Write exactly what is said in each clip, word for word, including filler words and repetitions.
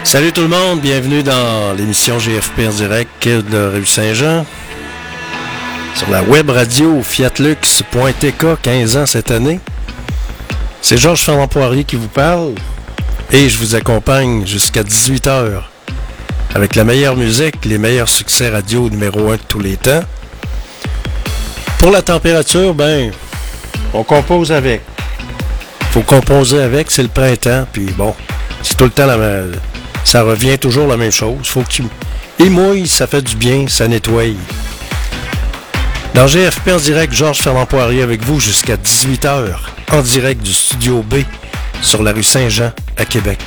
Salut tout le monde, bienvenue dans l'émission G F P en direct de rue Saint-Jean. Sur la web radio fiatlux point t k, quinze ans cette année. C'est Georges Fernand Poirier qui vous parle et je vous accompagne jusqu'à dix-huit heures avec la meilleure musique, les meilleurs succès radio numéro un de tous les temps. Pour la température, ben, on compose avec. Faut composer avec, c'est le printemps, puis bon, c'est tout le temps la même. Ça revient toujours la même chose. Faut qu'il il mouille, ça fait du bien, ça nettoie. Dans G F P en direct, Georges Fernand Poirier avec vous jusqu'à dix-huit heures, en direct du Studio B, sur la rue Saint-Jean, à Québec.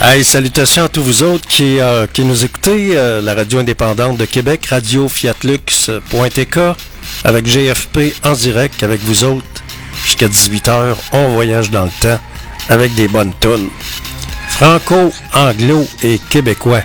Hey, salutations à tous vous autres qui, euh, qui nous écoutez, euh, la radio indépendante de Québec, radio fiatlux point t k, avec G F P en direct avec vous autres. Jusqu'à dix-huit heures, on voyage dans le temps avec des bonnes tunes. Franco, anglo et québécois.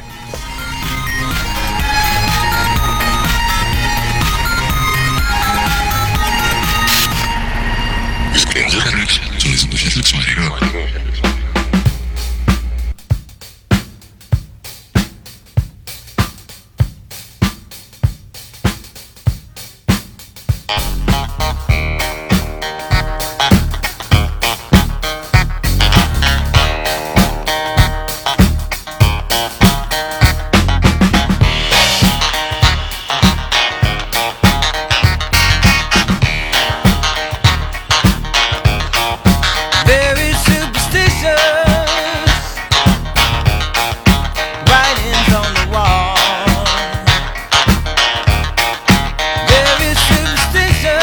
Superstitious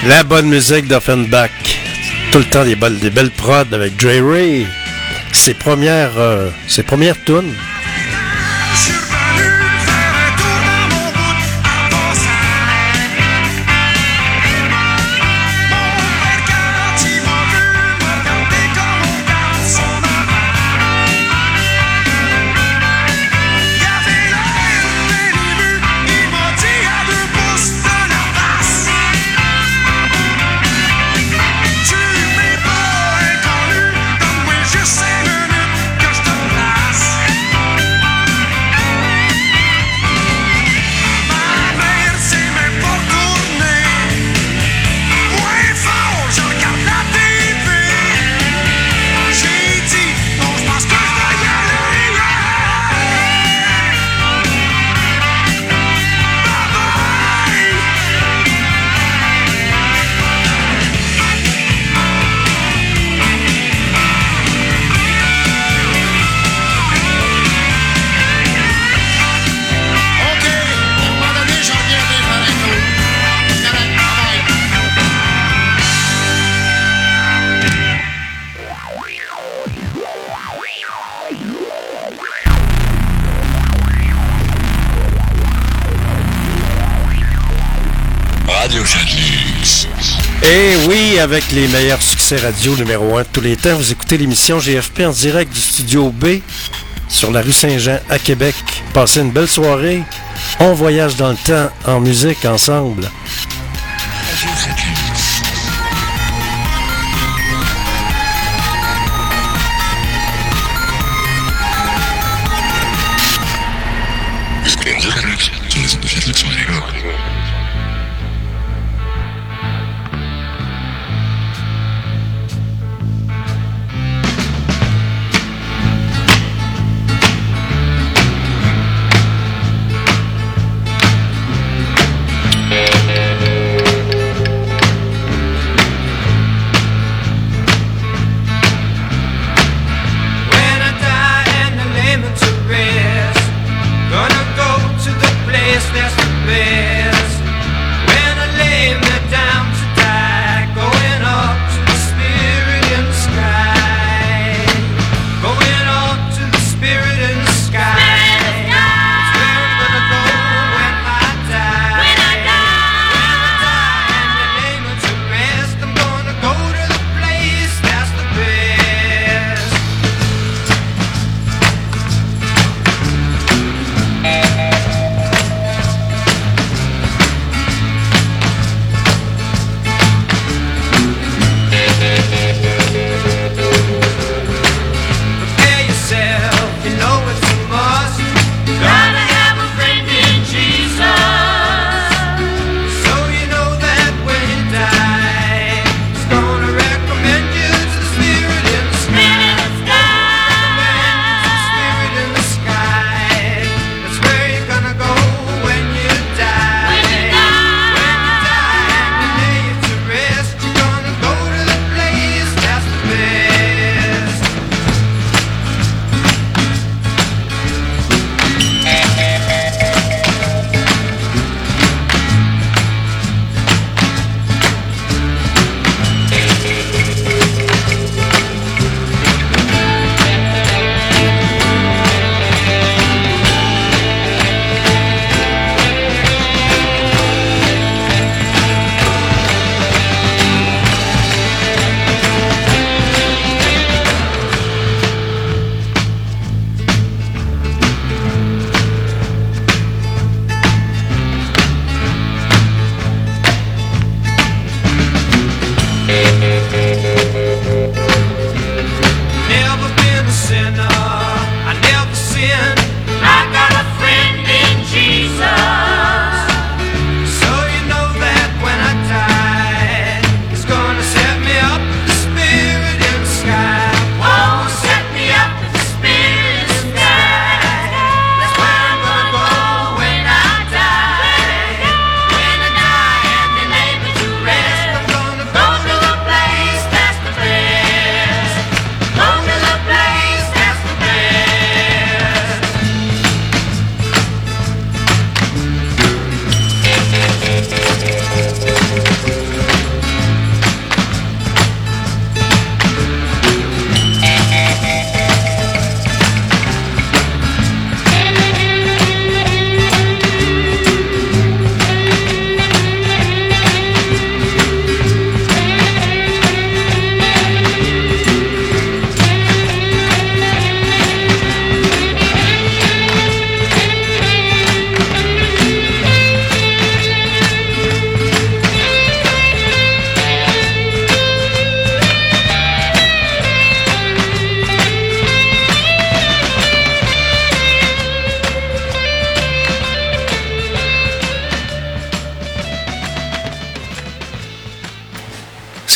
La bonne musique d'Offenbach. Tout le temps des belles, des belles prods avec Dre Ray. Ses premières, euh, ses premières tunes. Et oui, avec les meilleurs succès radio numéro un de tous les temps, vous écoutez l'émission G F P en direct du studio B sur la rue Saint-Jean à Québec. Passez une belle soirée. On voyage dans le temps en musique ensemble. That's the best.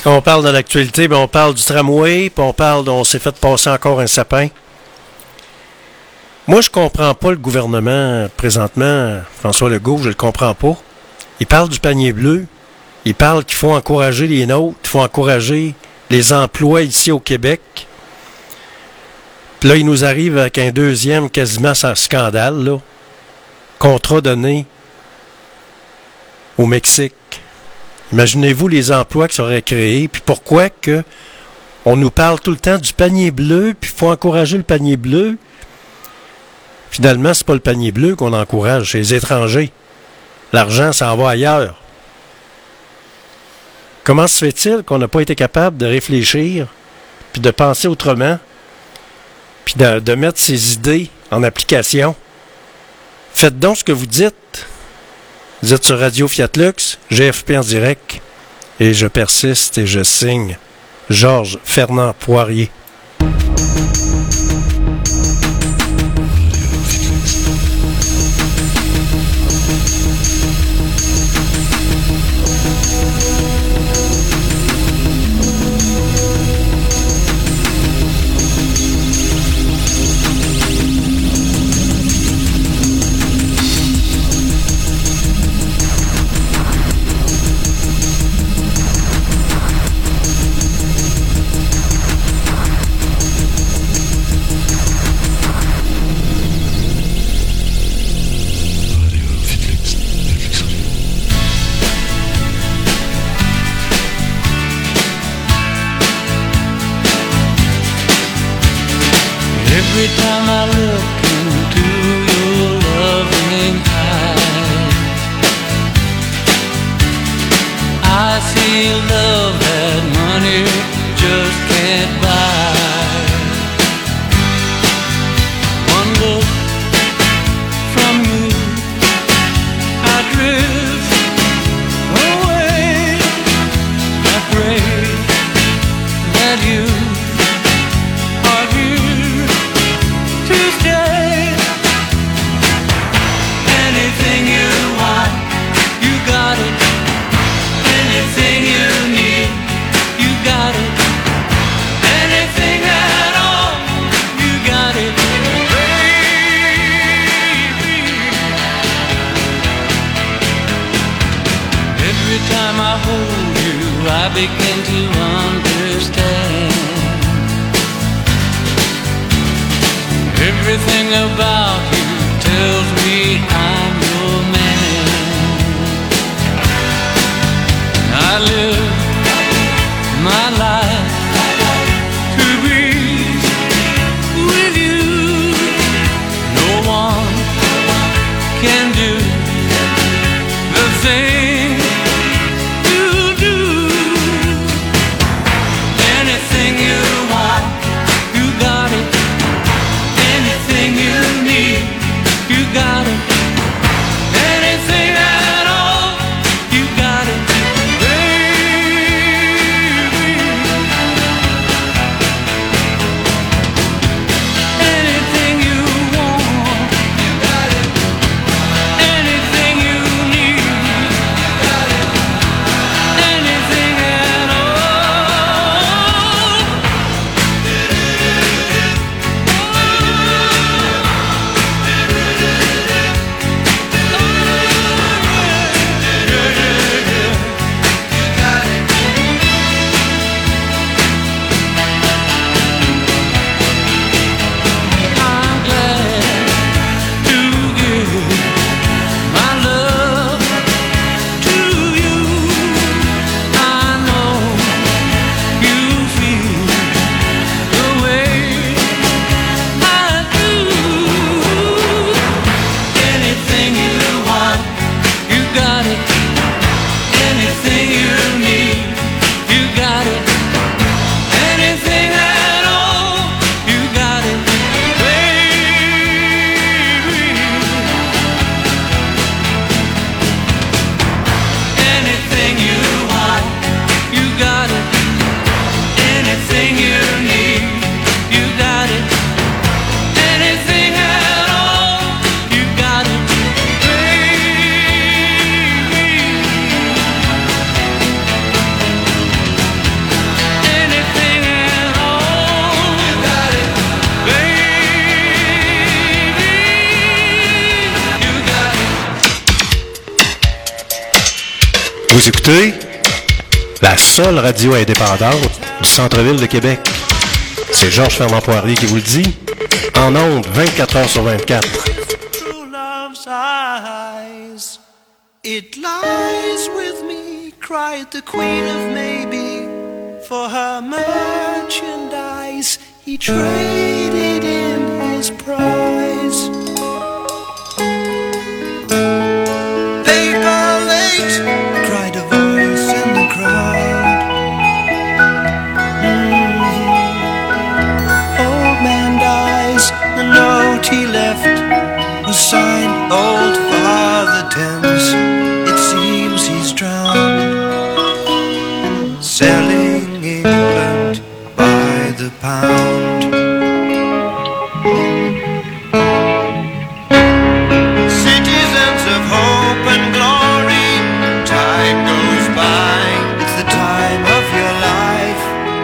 On parle de l'actualité, ben on parle du tramway, puis on parle on s'est fait passer encore un sapin. Moi, je comprends pas le gouvernement présentement, François Legault, je le comprends pas. Il parle du panier bleu, il parle qu'il faut encourager les nôtres, qu'il faut encourager les emplois ici au Québec. Puis là, il nous arrive avec un deuxième quasiment sans scandale, là. Contrat donné au Mexique. Imaginez-vous les emplois qui seraient créés, puis pourquoi que on nous parle tout le temps du panier bleu, puis il faut encourager le panier bleu. Finalement, c'est pas le panier bleu qu'on encourage, c'est les étrangers. L'argent s'en va ailleurs. Comment se fait-il qu'on n'a pas été capable de réfléchir, puis de penser autrement, puis de, de mettre ces idées en application? Faites donc ce que vous dites. Vous êtes sur Radio Fiat Lux, G F P en direct, et je persiste et je signe. Georges Fernand Poirier. Every time I look into your loving eyes, I see a love that money just can't buy. One look from you, I drift away. I pray that you are here to stay. Anything you want, you got it. Anything you need, you got it. Anything at all, you got it, baby. Every time I hold you, I begin to understand. Everything about you tells me I'm your man. I live my life to be with you. No one can do the thing you do. Anything you want, you got it. Anything you need, you got it. Anything at all, you got it, baby. Vous écoutez la seule radio indépendante du centre-ville de Québec. C'est Georges Fernand Poirier qui vous le dit. En ondes, vingt-quatre heures sur vingt-quatre. True love's eyes, it lies with me, cried the queen of maybe. For her merchandise, he traded in his prize. Paper late, cried a voice in the crowd. Mm-hmm. Old man dies, the note he left was signed Old Father Thames. It seems he's drowned, selling England by the pound. Citizens of hope and glory, time goes by, it's the time of your life.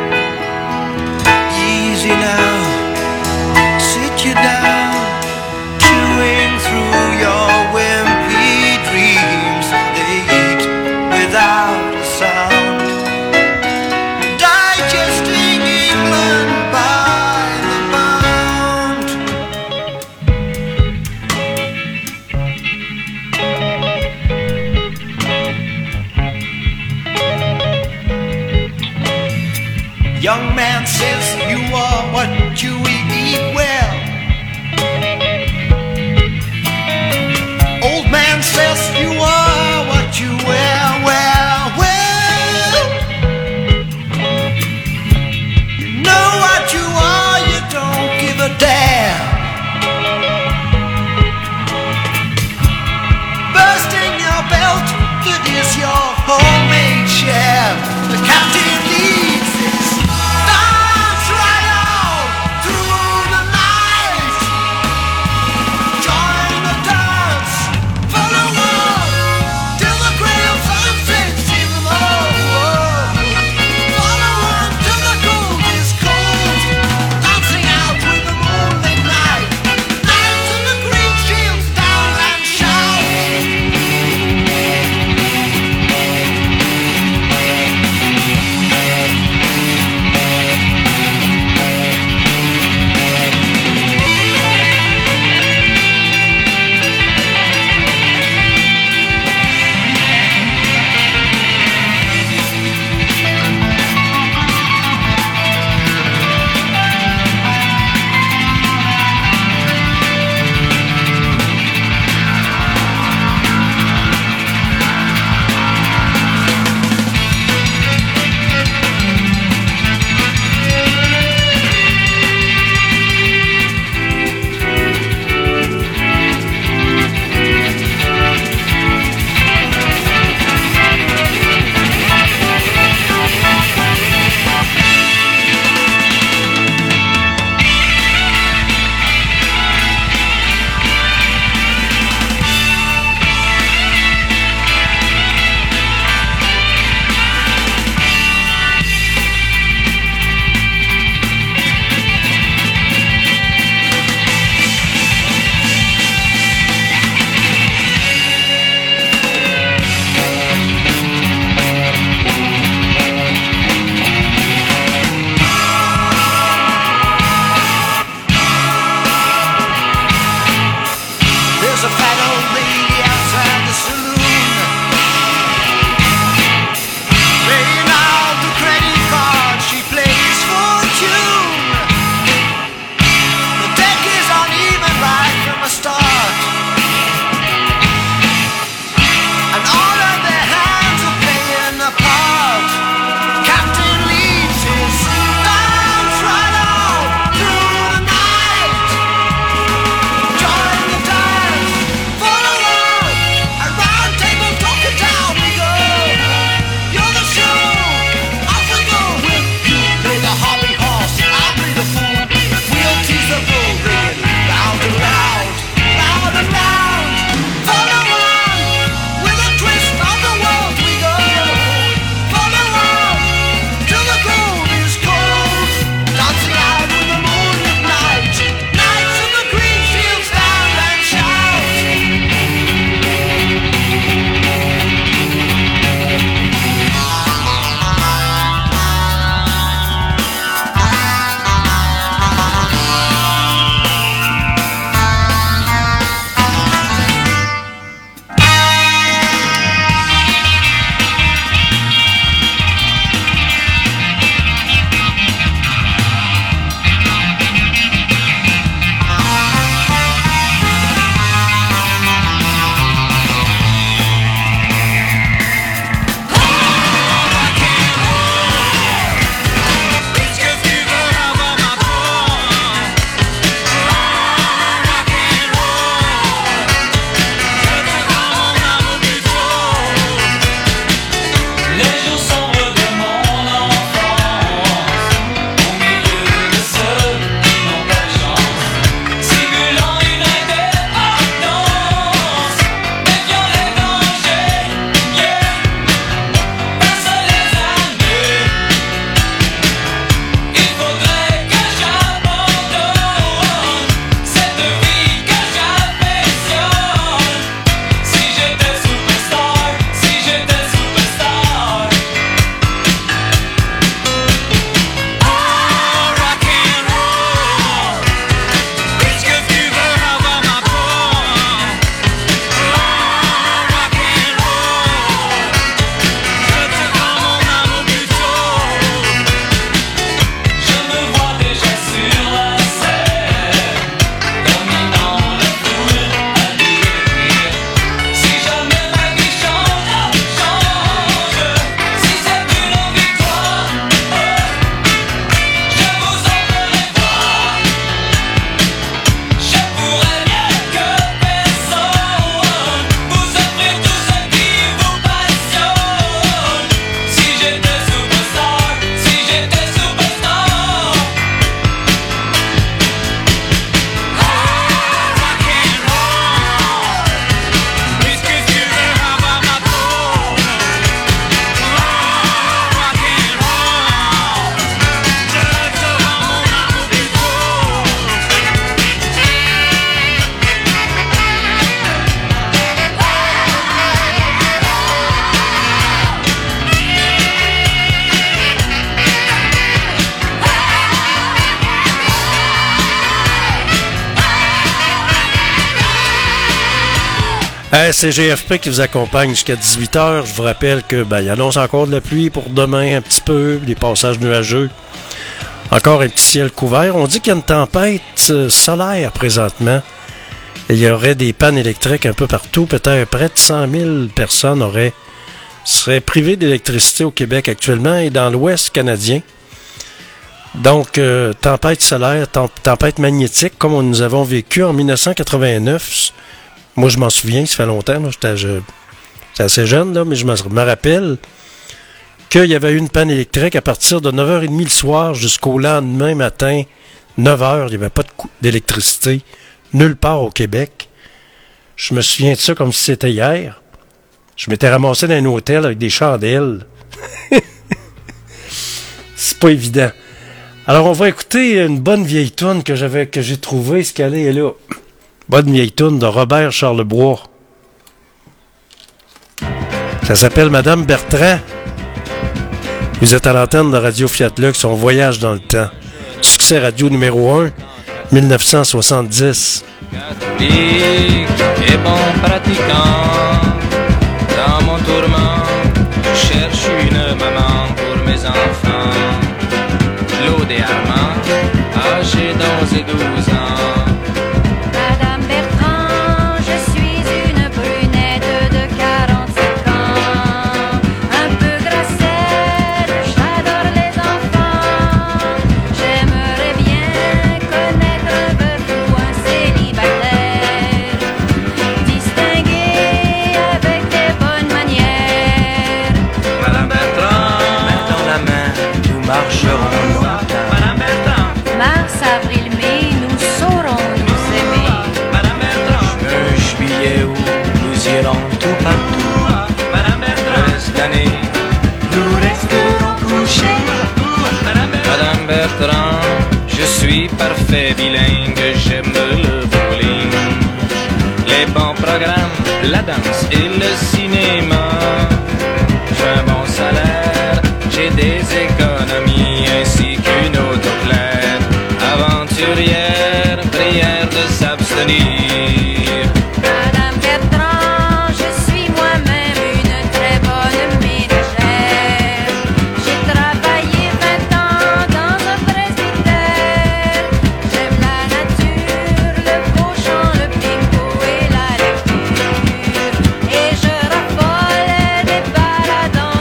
Easy now, sit you down, chewing through your wimpy dreams. They eat without a sound, digesting England by the pound. Young man says you are what you eat well. Old man says you are what you wear. Well, well, you know what you are, you don't give a damn. Bursting your belt, it is your homemade share. The captain leads his dance right out through Hey, c'est G F P qui vous accompagne jusqu'à dix-huit heures. Je vous rappelle que ben, il annonce encore de la pluie pour demain un petit peu, des passages nuageux. Encore un petit ciel couvert. On dit qu'il y a une tempête euh, solaire présentement. Il y aurait des pannes électriques un peu partout. Peut-être près de cent mille personnes auraient, seraient privées d'électricité au Québec actuellement et dans l'Ouest canadien. Donc, euh, tempête solaire, tem- tempête magnétique, comme nous avons vécu en dix-neuf cent quatre-vingt-neuf. Moi, je m'en souviens, ça fait longtemps. Là, j'étais, je, j'étais assez jeune, là, mais je me, me rappelle qu'il y avait eu une panne électrique à partir de neuf heures trente le soir jusqu'au lendemain matin, neuf heures. Il n'y avait pas de coup d'électricité nulle part au Québec. Je me souviens de ça comme si c'était hier. Je m'étais ramassé dans un hôtel avec des chandelles. C'est pas évident. Alors, on va écouter une bonne vieille toune que j'avais, que j'ai trouvée, ce qu'elle est là. Bonne vieille toune de Robert Charlebois. Ça s'appelle Madame Bertrand. Vous êtes à l'antenne de Radio Fiat Lux, on voyage dans le temps. Succès radio numéro un, dix-neuf cent soixante-dix. Catholique et bon pratiquant, dans mon tourment, je cherche une maman pour mes enfants. Claude et Armand, âgés d'onze et douze ans. Madame Bertrand, je suis une brunette de quarante-cinq ans. Un peu grassette, j'adore les enfants. J'aimerais bien connaître un veuf ou un célibataire, distingué avec des bonnes manières. Madame Bertrand, main dans la main, nous marcherons longtemps. Madame Bertrand, Mars, avril, mai, nous saurons nous aimer. Madame Bertrand, juin, juillet, août, nous irons tout partout. Madame Bertrand, reste l'année, nous resterons couchés. Madame Bertrand, je suis parfait bilingue, j'aime le bowling, les bons programmes, la danse et le cinéma. J'ai un bon salaire, j'ai des économies ainsi qu'une auto claire. Aventurière, prière de s'abstenir. Madame Bertrand, je suis moi-même une très bonne ménagère. J'ai travaillé vingt ans dans un presbytère. J'aime la nature, le beau champ, le bingo et la lecture. Et je raffole des balades en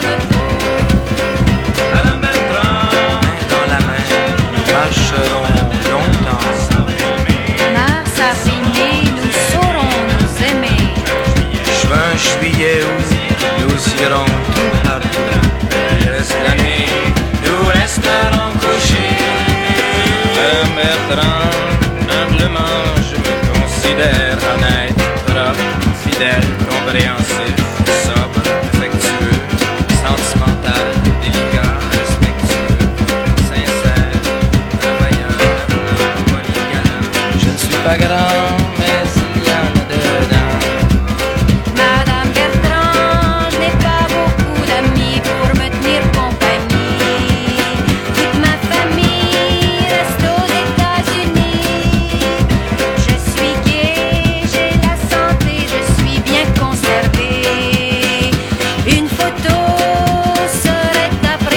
auto. Madame Bertrand, main dans la main, nous marcherons longtemps. Mars, avril, mai, nous saurons nous aimer. Juin, juillet, août, nous irons tout partout. Reste l'année, nous resterons couchés. Madame Bertrand, humblement, je me considère honnête, propre, fidèle, compréhensif, sobre, affectueux, sentimental, délicat, respectueux, sincère, travailleur, avenant, polygalant. Je ne suis pas grand, mais il y en a dedans. Madame Bertrand, je n'ai pas beaucoup d'amis pour me tenir compagnie. Toute ma famille reste aux États-Unis. Je suis gay, j'ai la santé, je suis bien conservée. Une photo serait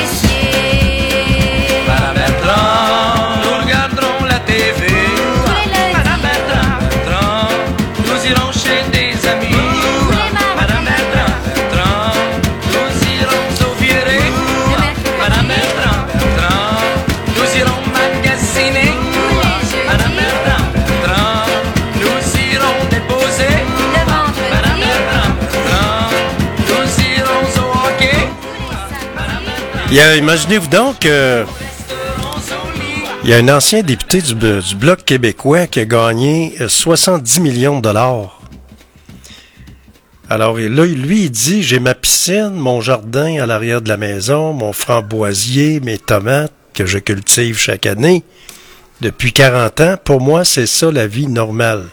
appréciée. Madame Bertrand, nous regarderons la T V. Tous les lundis. Madame Bertrand, Bertrand, nous irons chez des amis. Tous les mardis. Madame Bertrand, Bertrand, nous irons au viré. Le mercredi. Madame Bertrand, Bertrand, nous irons magasiner. Tous les jeudis. Madame Bertrand, Bertrand, nous irons déposer. Le vendredi. Madame Bertrand, Bertrand, nous irons au hockey. Il y a, imaginez-vous donc, euh, il y a un ancien député du, du Bloc québécois qui a gagné euh, soixante-dix millions de dollars. Alors et là, lui, il dit, j'ai ma piscine, mon jardin à l'arrière de la maison, mon framboisier, mes tomates que je cultive chaque année depuis quarante ans. Pour moi, c'est ça la vie normale.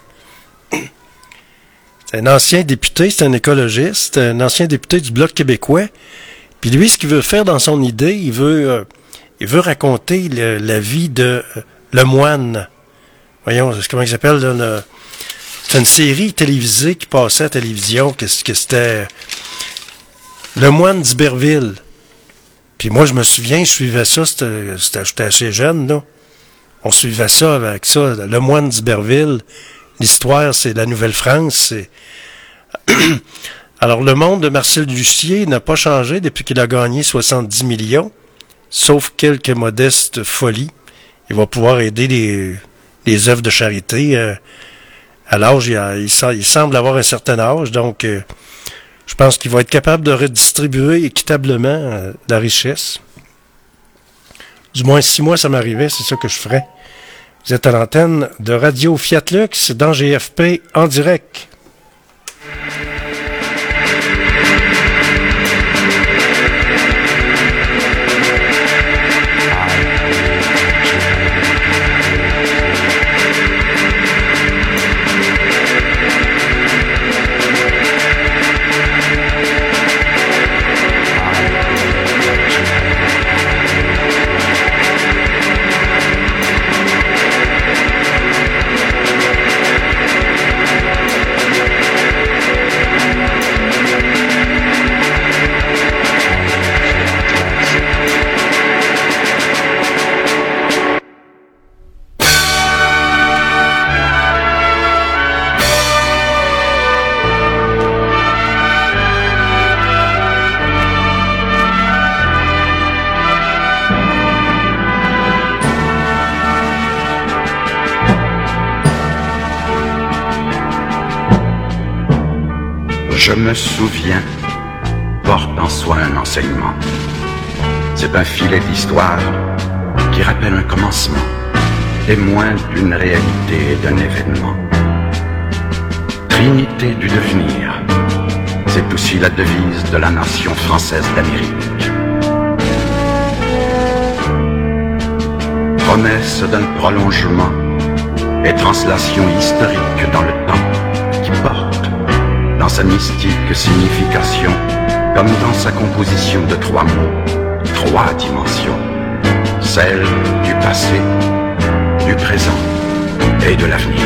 C'est un ancien député, c'est un écologiste, un ancien député du Bloc québécois. Puis lui, ce qu'il veut faire dans son idée, il veut, euh, il veut raconter le- la vie de euh, le moine. Voyons, c'est comment il s'appelle, là, le, C'est une série télévisée qui passait à la télévision, que, que c'était Le Moine d'Iberville. Puis moi, je me souviens, je suivais ça, c'était, c'était, j'étais assez jeune, là. On suivait ça avec ça, Le Moine d'Iberville. L'histoire, c'est la Nouvelle-France. C'est... Alors, le monde de Marcel Duchier n'a pas changé depuis qu'il a gagné soixante-dix millions, sauf quelques modestes folies. Il va pouvoir aider les, les œuvres de charité. Euh, à l'âge, il, a, il, il semble avoir un certain âge, donc euh, je pense qu'il va être capable de redistribuer équitablement euh, la richesse. Du moins, si moi ça m'arrivait, c'est ça que je ferais. Vous êtes à l'antenne de Radio Fiat Lux dans G F P en direct. Je me souviens, porte en soi un enseignement. C'est un filet d'histoire qui rappelle un commencement, témoin d'une réalité et d'un événement. Trinité du devenir, c'est aussi la devise de la nation française d'Amérique. Promesse d'un prolongement et translation historique dans le temps qui porte dans sa mystique signification, comme dans sa composition de trois mots, trois dimensions, celle du passé, du présent et de l'avenir.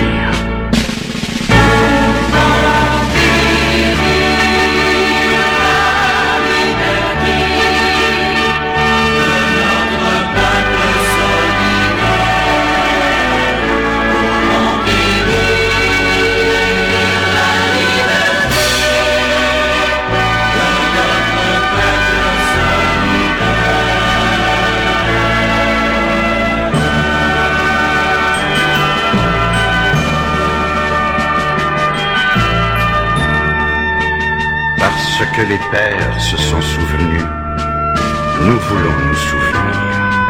Parce que les pères se sont souvenus, nous voulons nous souvenir.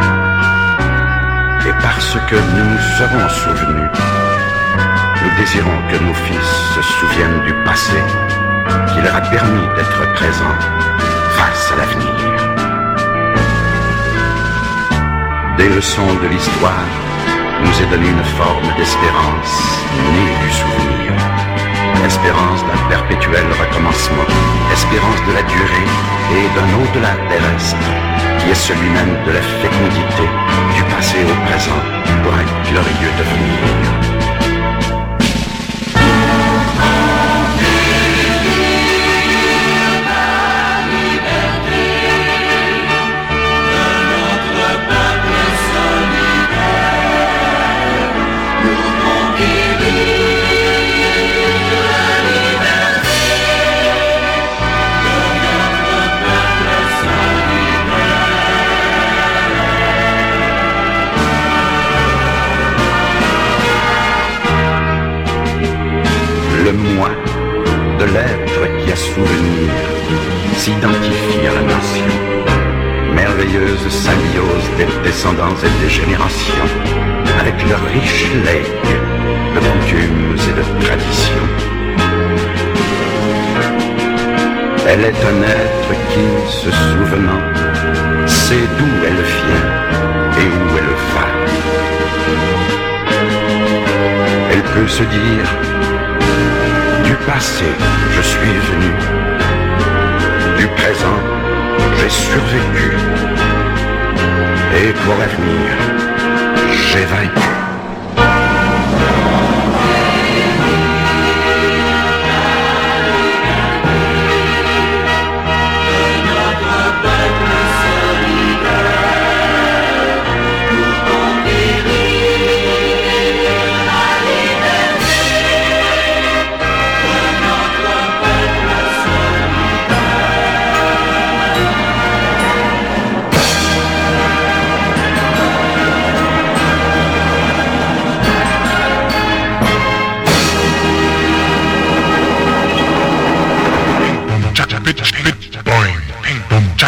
Et parce que nous nous serons souvenus, nous désirons que nos fils se souviennent du passé qui leur a permis d'être présents face à l'avenir. Des leçons de l'histoire nous est donnée une forme d'espérance née du souvenir. Espérance d'un perpétuel recommencement, espérance de la durée et d'un au-delà terrestre, qui est celui même de la fécondité, du passé au présent, pour un glorieux devenir. Le moi de l'être qui a souvenir s'identifie à la nation. Merveilleuse symbiose des descendants et des générations, avec leur riche legs de coutumes et de traditions. Elle est un être qui, se souvenant, sait d'où elle vient et où elle va. Elle peut se dire: du passé, je suis venu. Du présent, j'ai survécu. Et pour l'avenir, j'ai vaincu.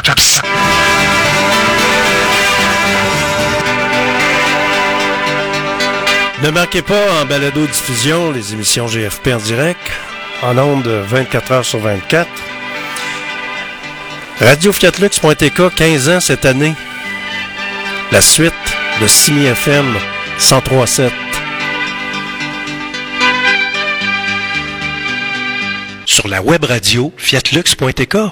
Ne manquez pas en balado-diffusion les émissions G F P en direct, en ondes vingt-quatre heures sur vingt-quatre. Radio Fiat Lux point T K, quinze ans cette année. La suite de Simi F M cent trois virgule sept. Sur la web radio Fiat Lux point T K.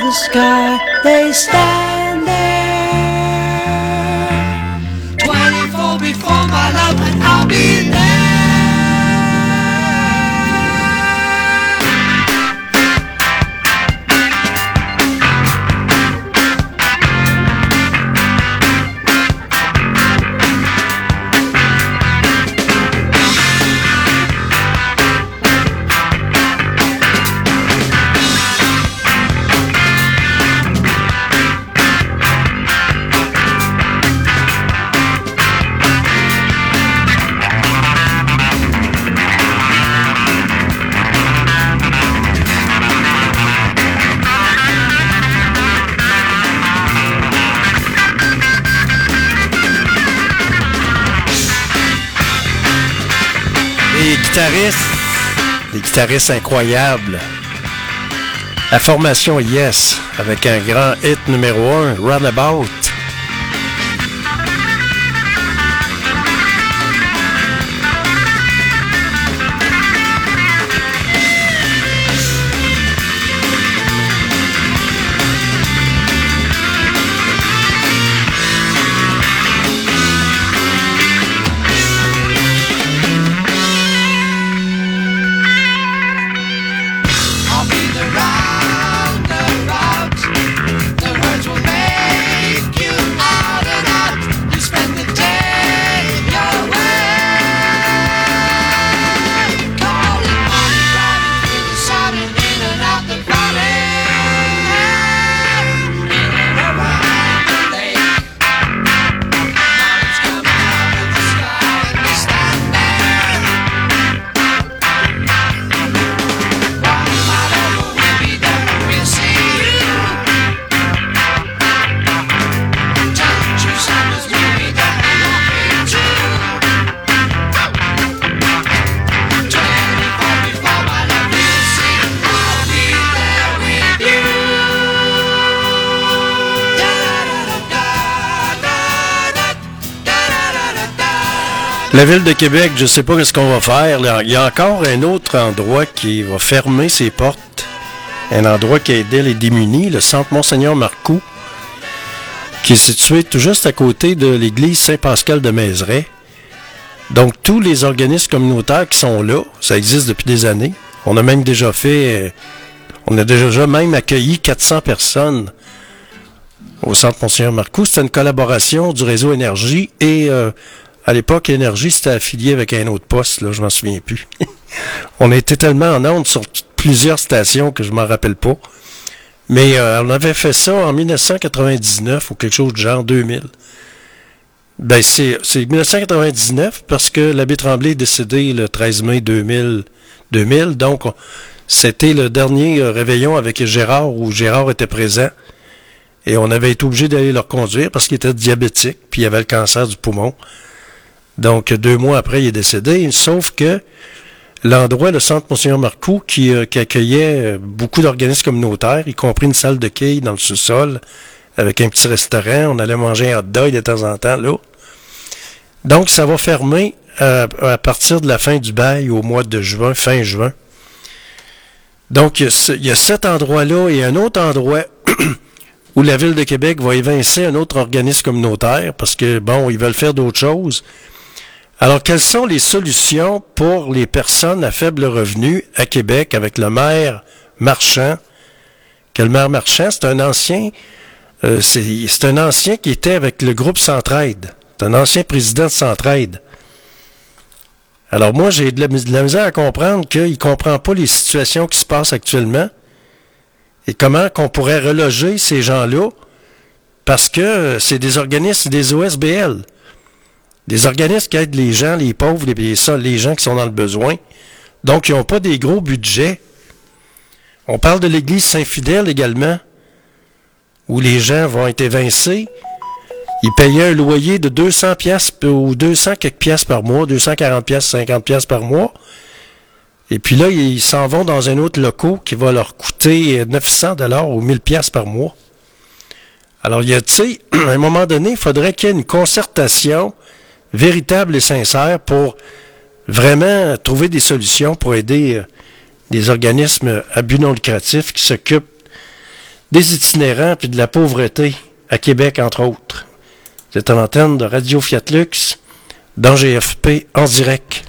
the sky, they stand there. Twenty-four before my love, and I'll be there. Guitaristes, des guitaristes incroyables. La formation Yes, avec un grand hit numéro un, Runabout. La Ville de Québec, je ne sais pas ce qu'on va faire. Il y a encore un autre endroit qui va fermer ses portes. Un endroit qui aidait les démunis, le centre Monseigneur Marcoux, qui est situé tout juste à côté de l'église Saint-Pascal de Mézeray. Donc, tous les organismes communautaires qui sont là, ça existe depuis des années. On a même déjà fait... On a déjà même accueilli quatre cents personnes au centre Monseigneur Marcoux. C'était une collaboration du réseau Énergie et... Euh, à l'époque, Énergie, c'était affilié avec un autre poste, là, je m'en souviens plus. On était tellement en ondes sur plusieurs stations que je m'en rappelle pas. Mais euh, on avait fait ça en dix-neuf cent quatre-vingt-dix-neuf ou quelque chose du genre deux mille. Ben, c'est, c'est dix-neuf cent quatre-vingt-dix-neuf parce que l'abbé Tremblay est décédé le treize mai deux mille. deux mille donc, on, c'était le dernier euh, réveillon avec Gérard où Gérard était présent. Et on avait été obligé d'aller le reconduire parce qu'il était diabétique puis il avait le cancer du poumon. Donc, deux mois après, il est décédé, sauf que l'endroit, le centre Monseigneur Marcoux, qui, euh, qui accueillait beaucoup d'organismes communautaires, y compris une salle de quilles dans le sous-sol, avec un petit restaurant, on allait manger un hot dog de temps en temps, là. Donc, ça va fermer à, à partir de la fin du bail au mois de juin, fin juin. Donc, il y a, ce, il y a cet endroit-là et un autre endroit où la Ville de Québec va évincer un autre organisme communautaire, parce que, bon, ils veulent faire d'autres choses. Alors, quelles sont les solutions pour les personnes à faible revenu à Québec avec le maire Marchand? Que le maire Marchand, c'est un ancien, euh, c'est, c'est un ancien qui était avec le groupe Centraide. C'est un ancien président de Centraide. Alors, moi, j'ai de la, de la misère à comprendre qu'il ne comprend pas les situations qui se passent actuellement et comment qu'on pourrait reloger ces gens-là parce que c'est des organismes, des O S B L. Des organismes qui aident les gens, les pauvres, les, les gens qui sont dans le besoin. Donc, ils n'ont pas des gros budgets. On parle de l'église Saint-Fidèle également, où les gens vont être évincés. Ils payaient un loyer de deux cents piastres ou deux cents quelques piastres par mois, deux cent quarante piastres, cinquante piastres par mois. Et puis là, ils s'en vont dans un autre local qui va leur coûter neuf cents dollars ou mille piastres par mois. Alors, il y a, tu sais, à un moment donné, il faudrait qu'il y ait une concertation véritable et sincère pour vraiment trouver des solutions pour aider euh, des organismes à but non lucratif qui s'occupent des itinérants puis de la pauvreté à Québec, entre autres. C'est à l'antenne de Radio Fiat Lux, dans G F P en direct.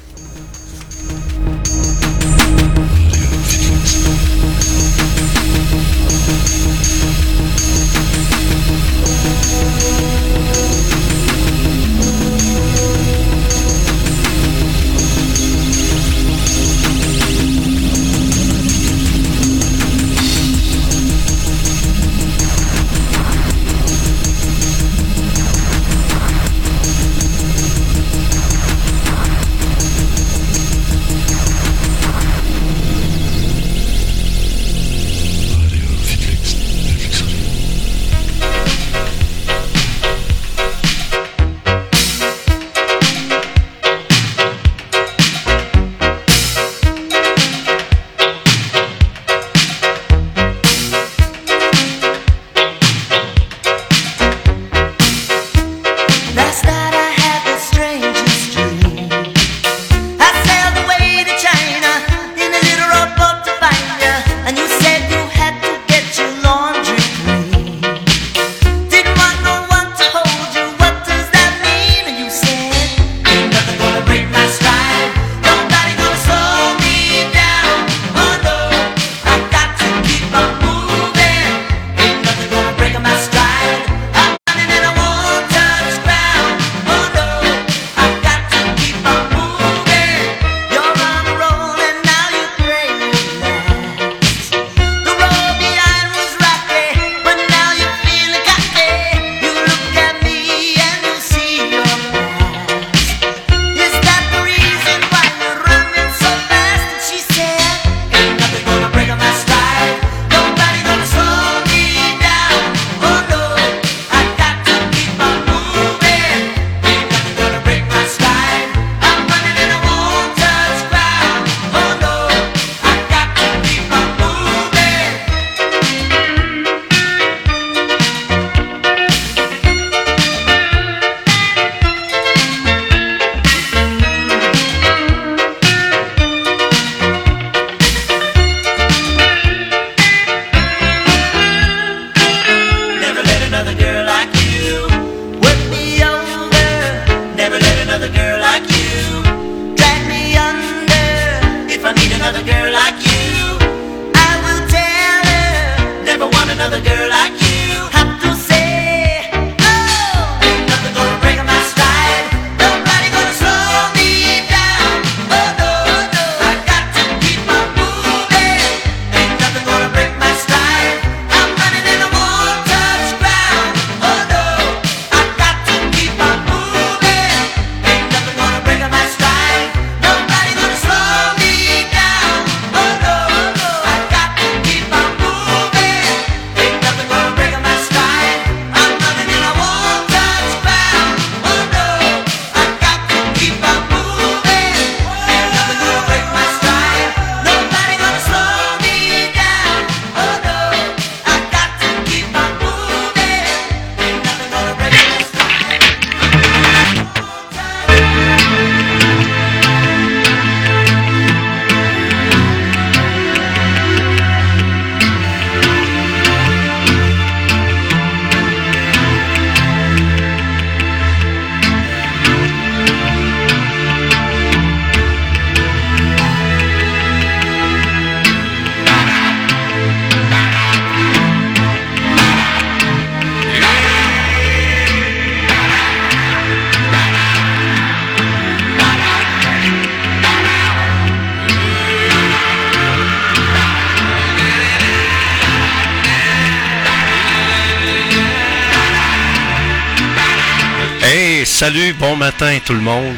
Salut, bon matin tout le monde.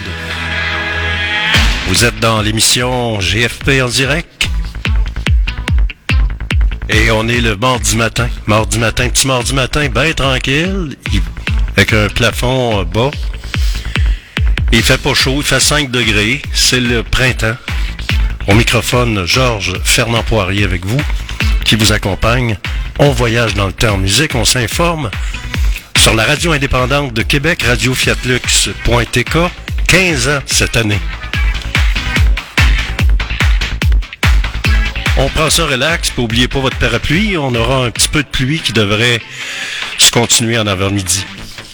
Vous êtes dans l'émission G F P en direct. Et on est le mardi matin. Mardi matin, petit mardi matin, bien tranquille. Avec un plafond bas. Il fait pas chaud, il fait cinq degrés. C'est le printemps. Au microphone, Georges Fernand Poirier avec vous, qui vous accompagne. On voyage dans le temps en musique, on s'informe. Sur la radio indépendante de Québec, Radio Fiat Lux point T K, quinze ans cette année. on prend ça relax, puis oubliez pas votre parapluie. On aura un petit peu de pluie qui devrait se continuer en avant-midi.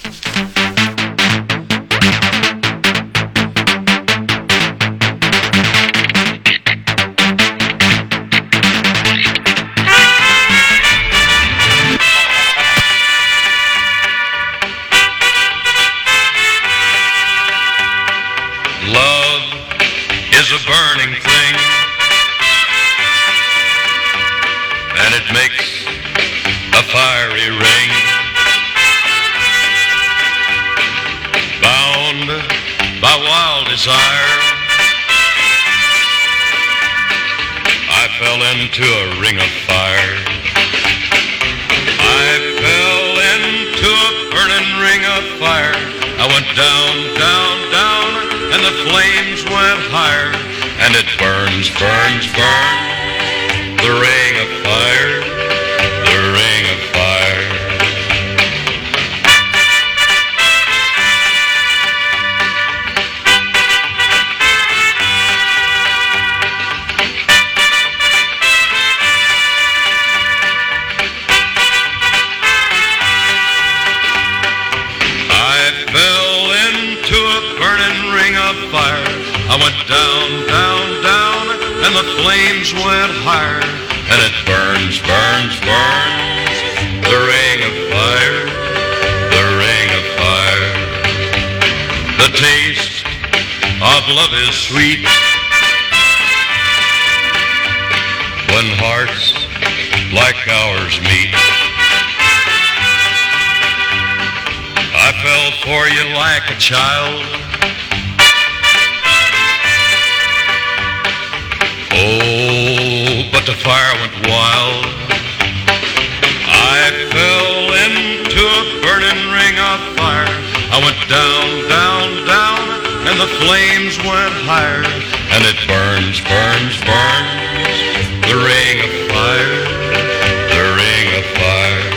Is a burning thing, and it makes a fiery ring. Bound by wild desire, I fell into a ring of fire. I fell into a burning ring of fire. I went down, down, down, and the flames went higher, and it burns, burns, burns, the ring of fire, the ring of fire. I fell into a burning ring of fire. I went down, down, down, and the flames went higher, and it burns, burns, burns, the ring of fire, the ring of fire. The taste of love is sweet when hearts like ours meet. I fell for you like a child. Oh, but the fire went wild. I fell into a burning ring of fire. I went down, down, down, and the flames went higher, and it burns, burns, burns, the ring of fire, the ring of fire.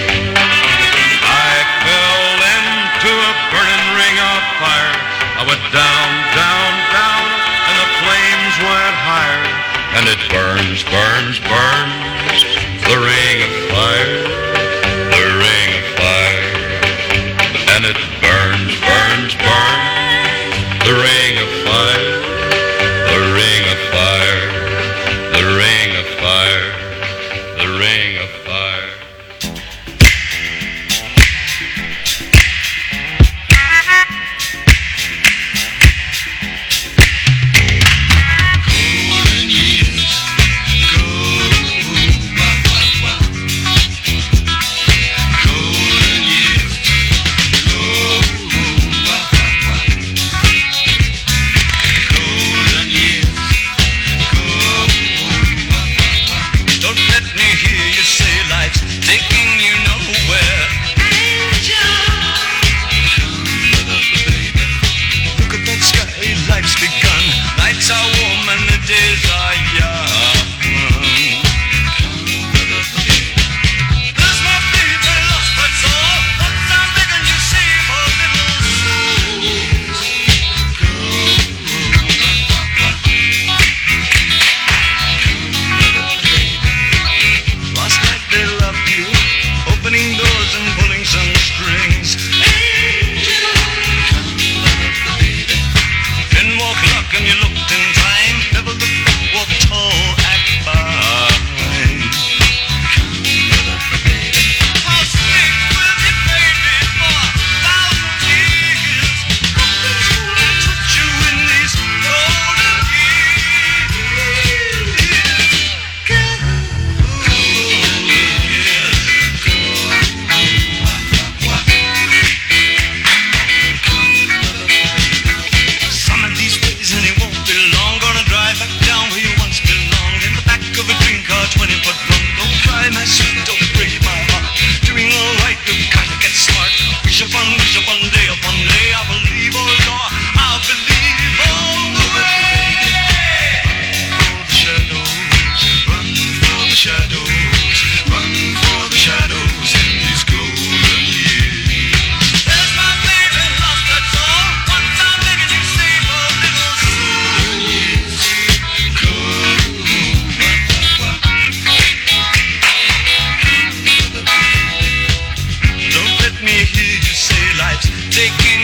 I fell into a burning ring of fire. I went down, down, down, and the flames went higher, and it burns, burns, burns, the ring of fire, the ring of fire, and it burns, burns, burns, the ring of fire, the ring of fire, the ring of fire, the ring of fire. Golden years, golden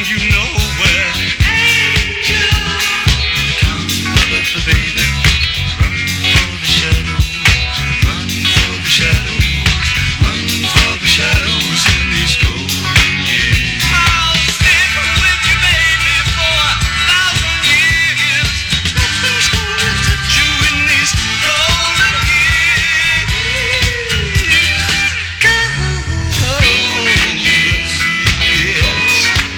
you know where. Angels, come with the baby. Run for the shadows, run for the shadows, run for the shadows in these golden years. I'll stick with you, baby, for a thousand years. Nothing's gonna touch you in these golden years. Golden years, yes.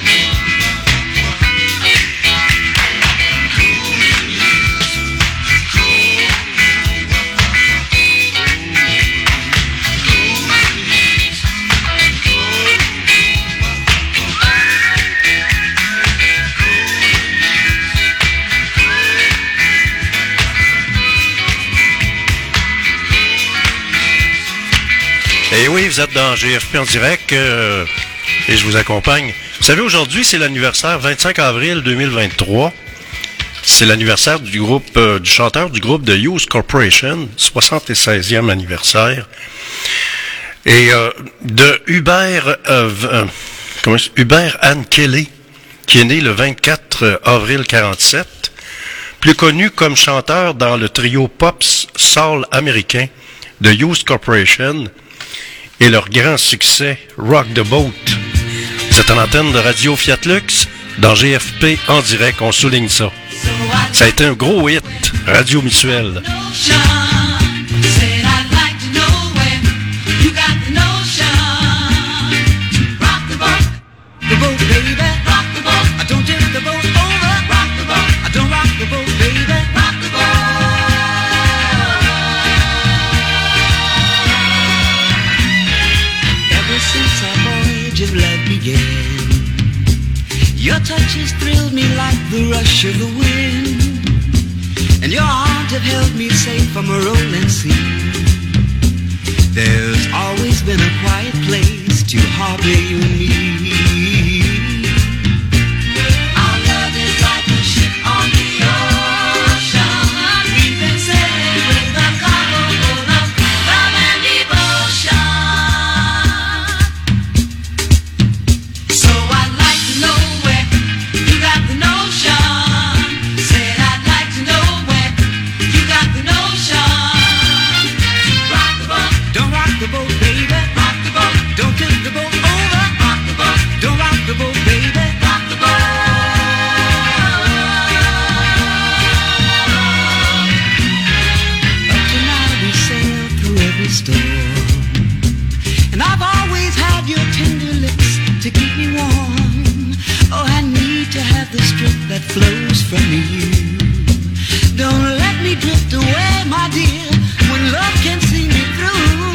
Et oui, vous êtes dans G F P en direct euh, et je vous accompagne. Vous savez, aujourd'hui, c'est l'anniversaire vingt-cinq avril deux mille vingt-trois. C'est l'anniversaire du groupe, euh, du chanteur du groupe de Youth Corporation, soixante-seizième anniversaire. Et euh, de Hubert, euh, euh, comment c'est? Hubert Ann Kelly, qui est né le vingt-quatre avril quarante-sept, plus connu comme chanteur dans le trio Pops Soul américain de Youth Corporation, et leur grand succès, Rock the Boat. C'est en antenne de Radio Fiat Lux, dans G F P en direct, on souligne ça. Ça a été un gros hit, Radio Mutuelle. Your touch has thrilled me like the rush of the wind, and your arms have held me safe from a rolling sea. There's always been a quiet place to harbor you and me. Our love is like a ship on the ocean. We've been sailing with a cargo full of love and devotion. So I'd like to know where you got the notion. Said I'd like to know where you got the notion. Rock the boat, don't rock the boat, baby. Rock the boat, don't tip the boat over. Rock the boat, don't rock the boat, baby. Rock the boat. Up tonight we sail through every storm, and I've always had your tender lips to keep me warm. Oh, I need to have the strength that flows from you. Don't let me drift away, my dear, when love can see me through.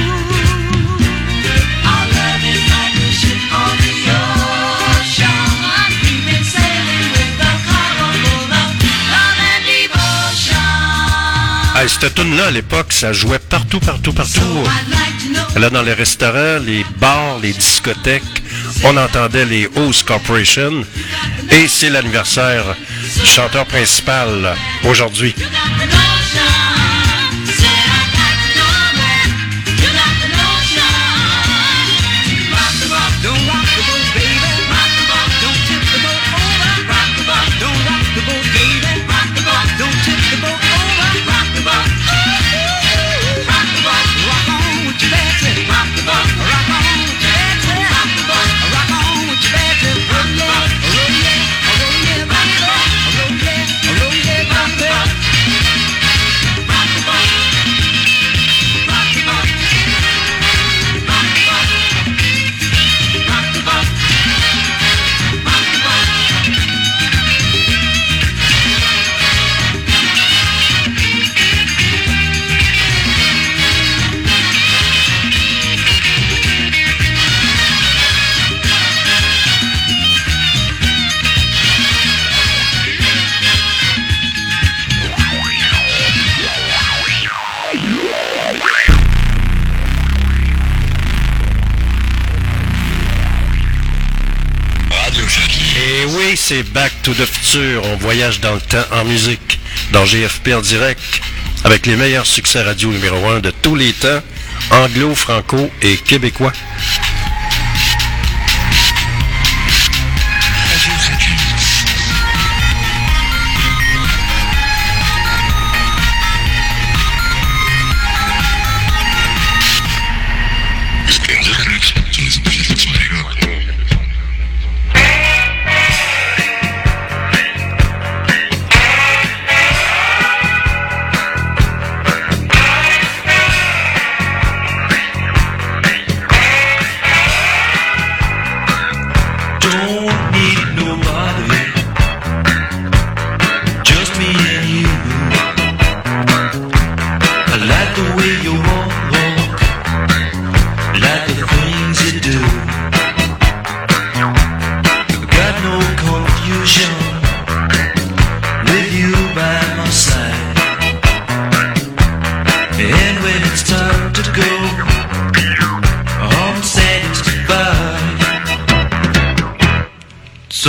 Our love is like a ship on the ocean. We've been sailing with a cargo full of love and devotion. Hey, cette tune-là, à l'époque, ça jouait partout, partout, partout. I'd like to know. Là, dans les restaurants, les bars, les discothèques, on entendait les Youth Corporation. Et c'est l'anniversaire du chanteur principal aujourd'hui. You got the notion. Said I'd like to know where you got the notion. Rock the boat, don't rock the boat, baby. Rock the boat, don't tip the boat over. Rock the boat, don't rock the boat, baby. Rock the boat, don't tip the boat over. Rock the boat, ooh, rock the boat, rock on with your bad tip. Rock the boat, rock on with your bad tip. Rock the boat, rock on with your bad tip. Roll yeah, roll yeah, roll yeah, rock the boat, roll yeah, roll yeah, rock the boat. Rock the boat, rock the boat, rock the boat, rock the boat, rock the boat. Et oui, c'est Back to the Future. On voyage dans le temps en musique, dans G F P en direct, avec les meilleurs succès radio numéro un de tous les temps, anglo, franco et québécois.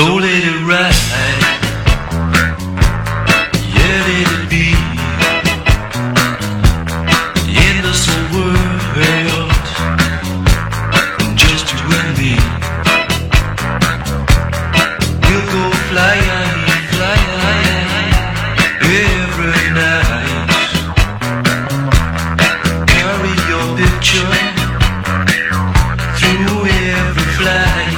So let it ride, yeah, let it be. In this whole world, just you and me. We'll go fly high, fly high, every night. Carry your picture through every flight.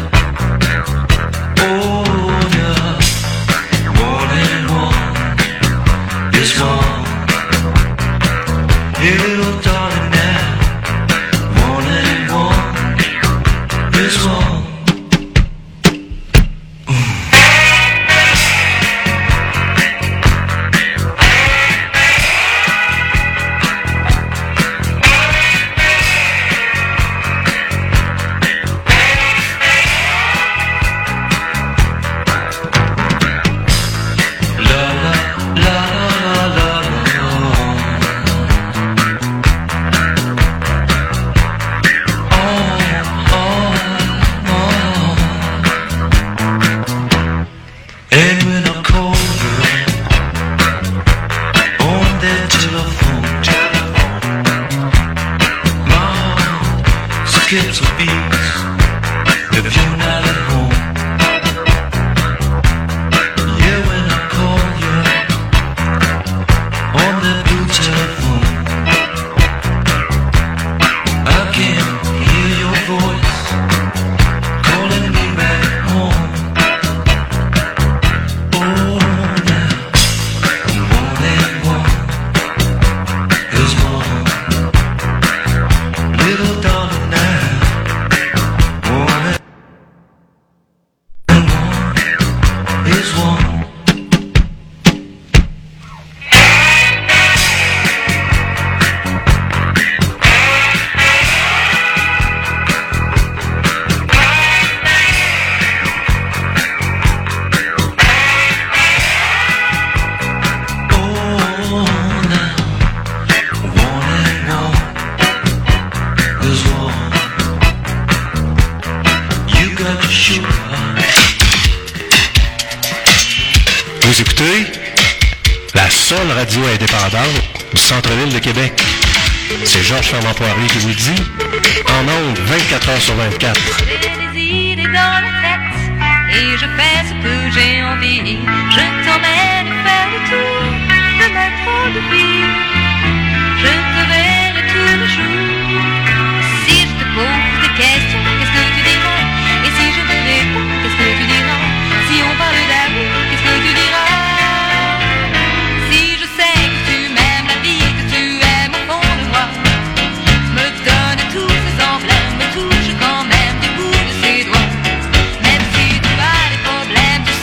Vous écoutez la seule radio indépendante du centre-ville de Québec. C'est Georges Fernand-Poirier qui vous le dit, en ondes vingt-quatre heures sur vingt-quatre. J'ai des idées dans la tête et je fais ce que j'ai envie. Je t'emmène faire le tour de ma drôle de vie. Je te verrai tous les jours. Si je te pose des questions, qu'est-ce que tu diras? Et si je te réponds, qu'est-ce que tu diras? Si on parle d'amour, qu'est-ce que tu diras? Si je sais que tu m'aimes la vie, que tu aimes au fond de moi, me donne tous ces emblèmes, me touche quand même du bout de ses doigts. Même si tu as des problèmes, tu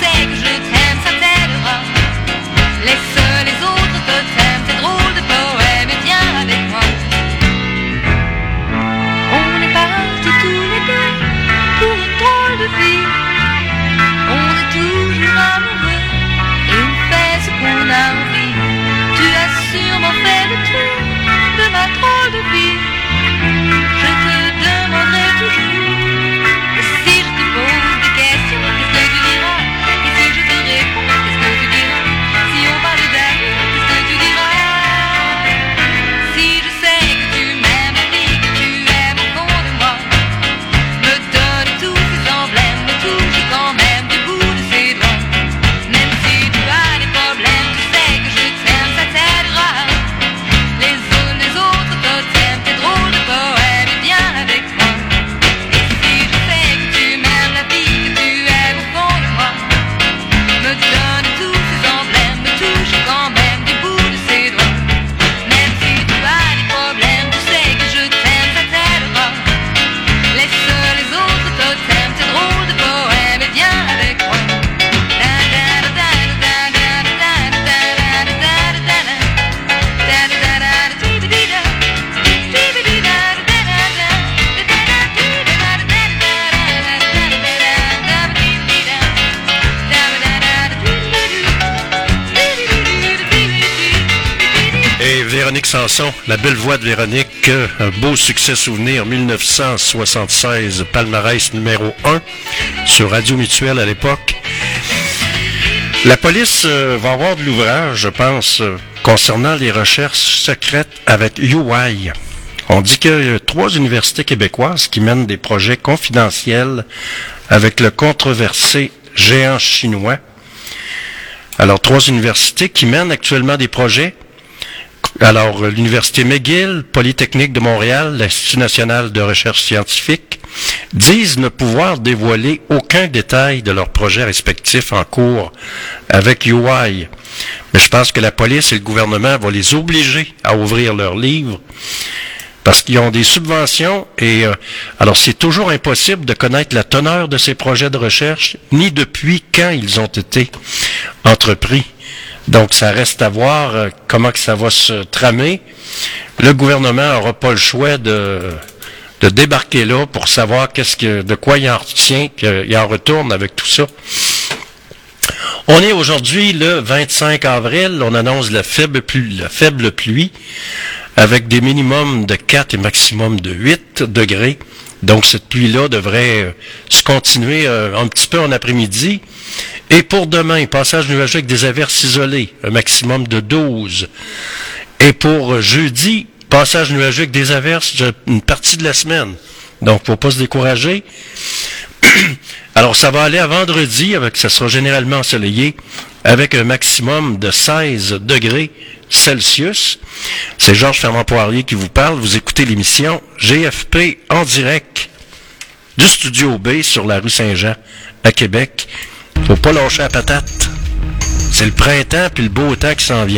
Sanson, La belle voix de Véronique, un beau succès souvenir, dix-neuf cent soixante-seize, palmarès numéro un sur Radio Mutuelle à l'époque. La police euh, va avoir de l'ouvrage, je pense, euh, concernant les recherches secrètes avec U I. On dit qu'il y a trois universités québécoises qui mènent des projets confidentiels avec le controversé géant chinois. Alors, trois universités qui mènent actuellement des projets. Alors, l'Université McGill, Polytechnique de Montréal, l'Institut national de recherche scientifique, disent ne pouvoir dévoiler aucun détail de leurs projets respectifs en cours avec U I. Mais je pense que la police et le gouvernement vont les obliger à ouvrir leurs livres parce qu'ils ont des subventions et euh, alors c'est toujours impossible de connaître la teneur de ces projets de recherche ni depuis quand ils ont été entrepris. Donc, ça reste à voir euh, comment que ça va se tramer. Le gouvernement n'aura pas le choix de, de débarquer là pour savoir qu'est-ce que, de quoi il en retient, qu'il en retourne avec tout ça. On est aujourd'hui le vingt-cinq avril. On annonce la faible pluie, la faible pluie avec des minimums de quatre et maximum de huit degrés. Donc, cette pluie-là devrait euh, se continuer euh, un petit peu en après-midi. Et pour demain, passage nuageux avec des averses isolées, un maximum de douze. Et pour euh, jeudi, passage nuageux avec des averses une partie de la semaine. Donc, faut pas se décourager. Alors, ça va aller à vendredi, avec ça sera généralement ensoleillé, avec un maximum de seize degrés Celsius. C'est Georges Fermand-Poirier qui vous parle. Vous écoutez l'émission G F P en direct du Studio B sur la rue Saint-Jean à Québec. Faut pas lâcher la patate. C'est le printemps puis le beau temps qui s'en vient.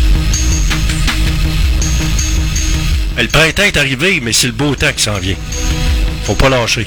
Le printemps est arrivé, mais c'est le beau temps qui s'en vient. Faut pas lâcher.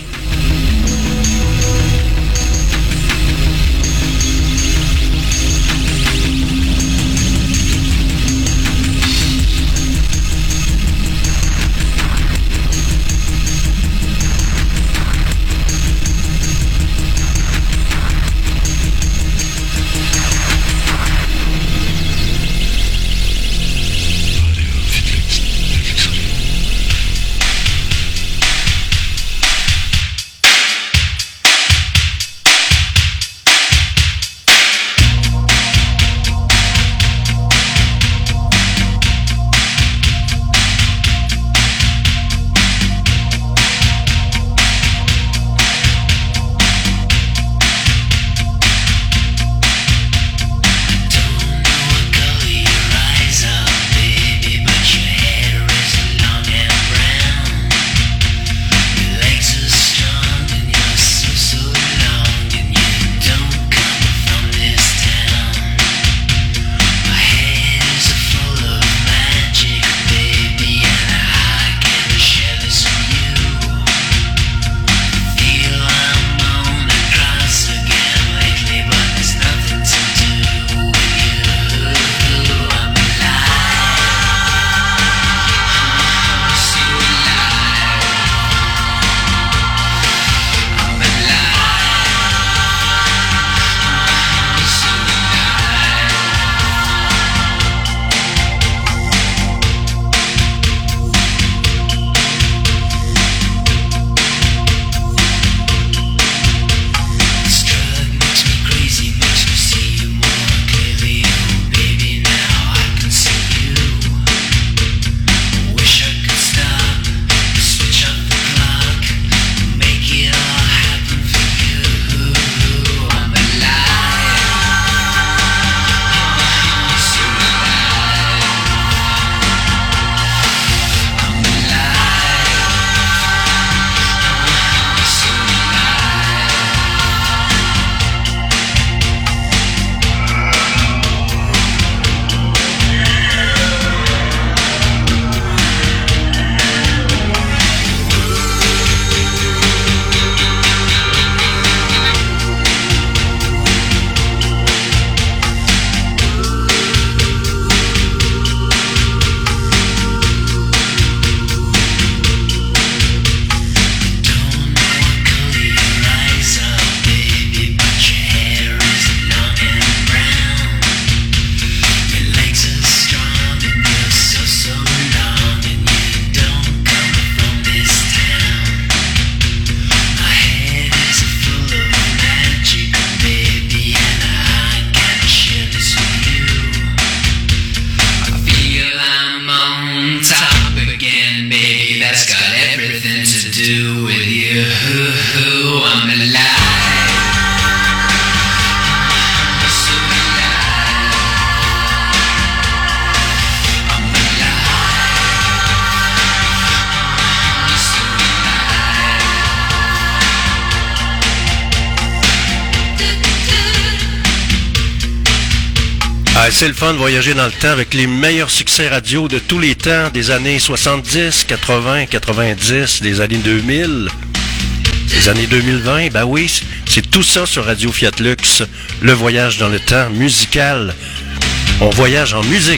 Ben, c'est le fun de voyager dans le temps avec les meilleurs succès radio de tous les temps, des années soixante-dix, quatre-vingts, quatre-vingt-dix, des années deux mille, des années deux mille vingt. Ben oui, c'est tout ça sur Radio Fiat Lux, le voyage dans le temps musical. On voyage en musique.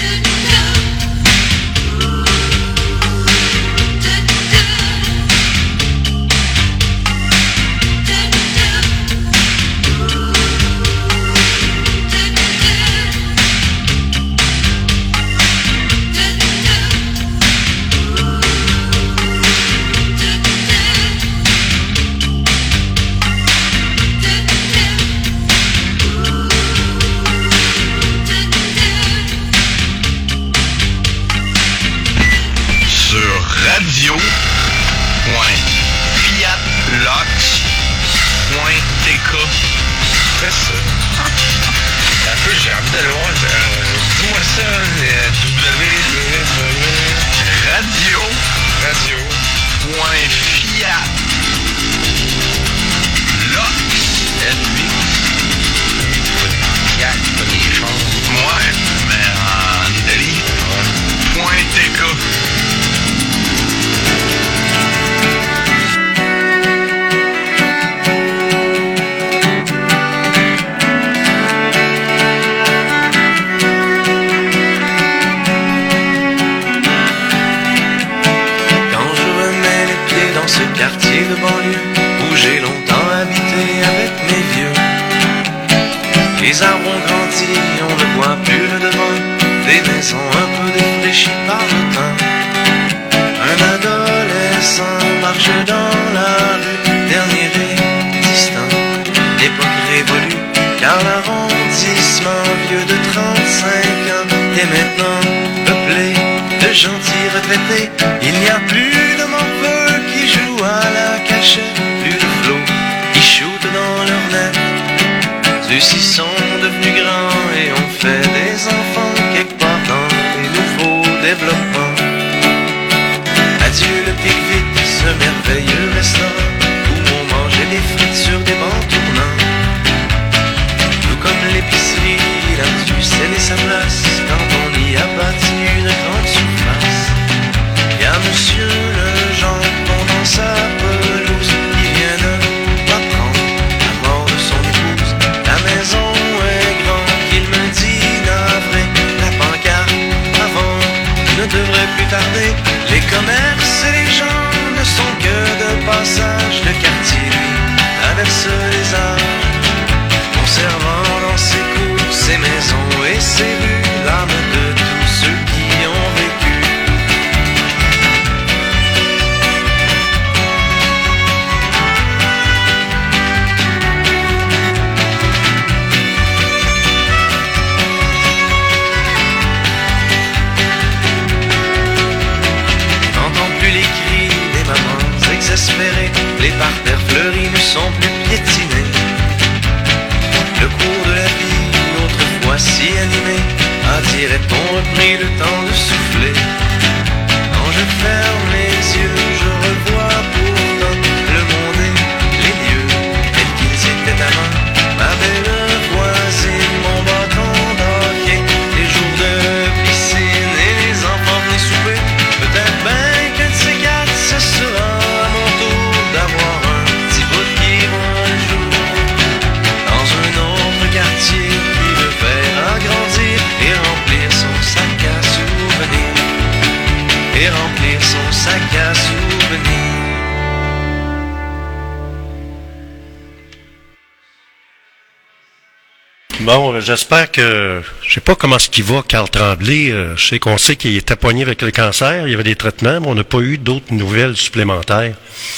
Bon, j'espère que... Je sais pas comment ce qu'il va, Carl Tremblay. Euh, je sais qu'on sait qu'il était poigné avec le cancer. Il y avait des traitements, mais on n'a pas eu d'autres nouvelles supplémentaires.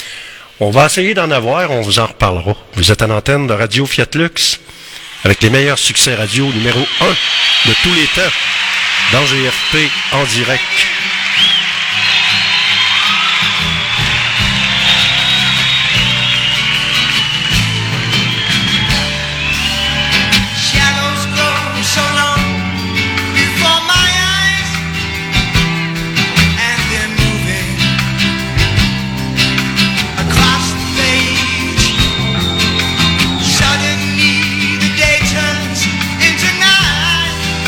On va essayer d'en avoir, on vous en reparlera. Vous êtes à l'antenne de Radio Fiat Lux, avec les meilleurs succès radio numéro un de tous les temps, dans G F P en direct. Suddenly the day turns into night.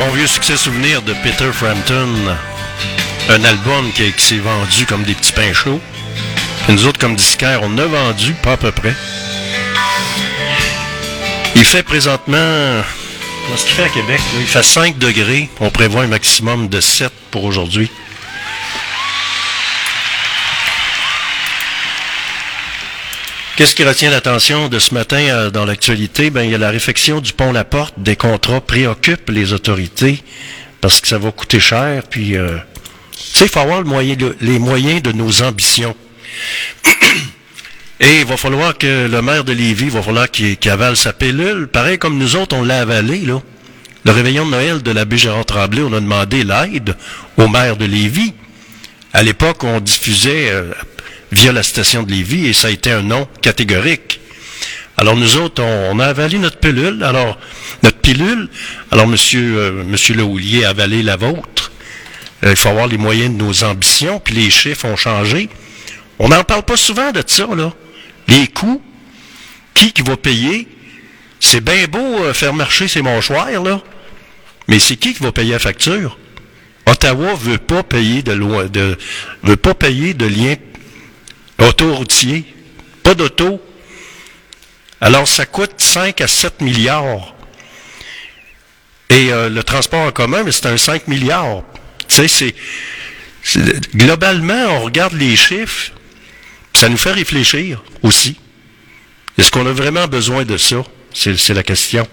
Mon vieux succès souvenir de Peter Frampton, un album qui, qui s'est vendu comme des petits pains chauds. Puis nous autres, comme disquaires, on a vendu, pas à peu près. Il fait présentement... Qu'est-ce qu'il fait à Québec? Là? Il fait cinq degrés. On prévoit un maximum de sept pour aujourd'hui. Qu'est-ce qui retient l'attention de ce matin euh, dans l'actualité? Ben, il y a la réfection du pont La Porte. Des contrats préoccupent les autorités parce que ça va coûter cher. Puis, euh, tu sais, il faut avoir le moyen de, les moyens de nos ambitions. Et il va falloir que le maire de Lévis, il va falloir qu'il, qu'il avale sa pilule. Pareil comme nous autres, on l'a avalé, là. Le réveillon de Noël de l'abbé Gérard Tremblay, on a demandé l'aide au maire de Lévis. À l'époque, on diffusait euh, via la station de Lévis et ça a été un non catégorique. Alors nous autres, on, on a avalé notre pilule. Alors, notre pilule, alors monsieur, euh, monsieur Lehoulier a avalé la vôtre. Euh, il faut avoir les moyens de nos ambitions, puis les chiffres ont changé. On n'en parle pas souvent de ça, là. Les coûts, qui qui va payer? C'est bien beau euh, faire marcher ses mâchoires, là, mais c'est qui qui va payer la facture? Ottawa veut pas payer de loin, de, veut pas payer de lien autoroutier, pas d'auto. Alors ça coûte cinq à sept milliards. Et euh, le transport en commun, mais c'est un cinq milliards. Tu sais, c'est, c'est globalement, on regarde les chiffres. Ça nous fait réfléchir aussi. Est-ce qu'on a vraiment besoin de ça? C'est, c'est la question.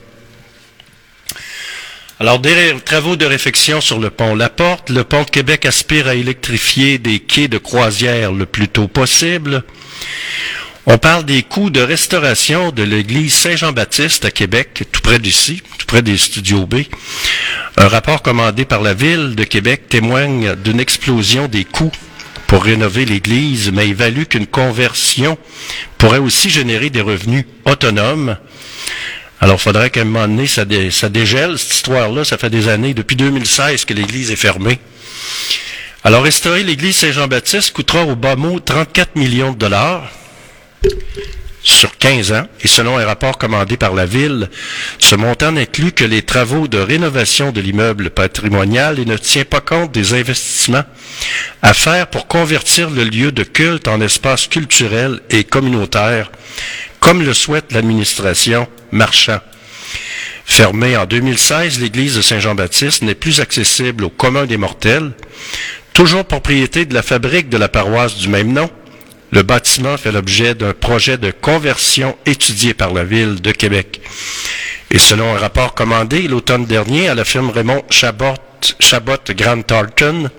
Alors, des travaux de réfection sur le pont La Porte. Le pont de Québec aspire à électrifier des quais de croisière le plus tôt possible. On parle des coûts de restauration de l'église Saint-Jean-Baptiste à Québec, tout près d'ici, tout près des studios B. Un rapport commandé par la Ville de Québec témoigne d'une explosion des coûts pour rénover l'église, mais évalue qu'une conversion pourrait aussi générer des revenus autonomes. Alors, il faudrait qu'à un moment donné, ça, dé, ça dégèle, cette histoire-là. Ça fait des années, depuis deux mille seize, que l'église est fermée. Alors, restaurer l'église Saint-Jean-Baptiste coûtera au bas mot trente-quatre millions de dollars sur quinze ans. Et selon un rapport commandé par la Ville, ce montant n'inclut que les travaux de rénovation de l'immeuble patrimonial et ne tient pas compte des investissements à faire pour convertir le lieu de culte en espace culturel et communautaire, comme le souhaite l'administration Marchand. Fermée en deux mille seize, l'église de Saint-Jean-Baptiste n'est plus accessible au commun des mortels. Toujours propriété de la fabrique de la paroisse du même nom, le bâtiment fait l'objet d'un projet de conversion étudié par la Ville de Québec. Et selon un rapport commandé l'automne dernier à la firme Raymond Chabot, Chabot Grant Thornton,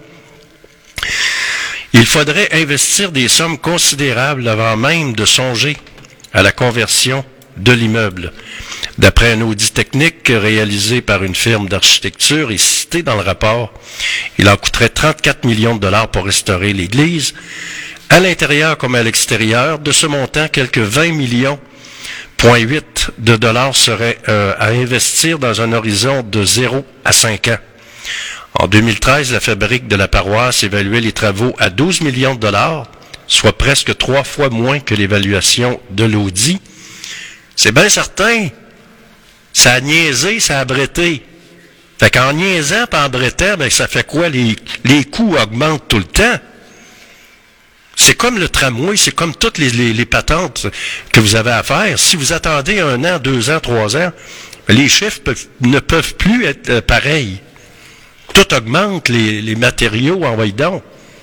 il faudrait investir des sommes considérables avant même de songer à la conversion de l'immeuble. D'après un audit technique réalisé par une firme d'architecture et cité dans le rapport, il en coûterait trente-quatre millions de dollars pour restaurer l'église. À l'intérieur comme à l'extérieur, de ce montant, quelques vingt millions virgule huit de dollars seraient euh, à investir dans un horizon de zéro à cinq ans. En deux mille treize, la fabrique de la paroisse évaluait les travaux à douze millions de dollars, soit presque trois fois moins que l'évaluation de l'audit. C'est bien certain. Ça a niaisé, ça a bretté. Fait qu'en niaisant et en brettant, ben, ça fait quoi? Les, les coûts augmentent tout le temps. C'est comme le tramway, c'est comme toutes les, les, les patentes que vous avez à faire. Si vous attendez un an, deux ans, trois ans, les chiffres peuvent, ne peuvent plus être euh, pareils. Tout augmente, les, les matériaux, envoyez donc.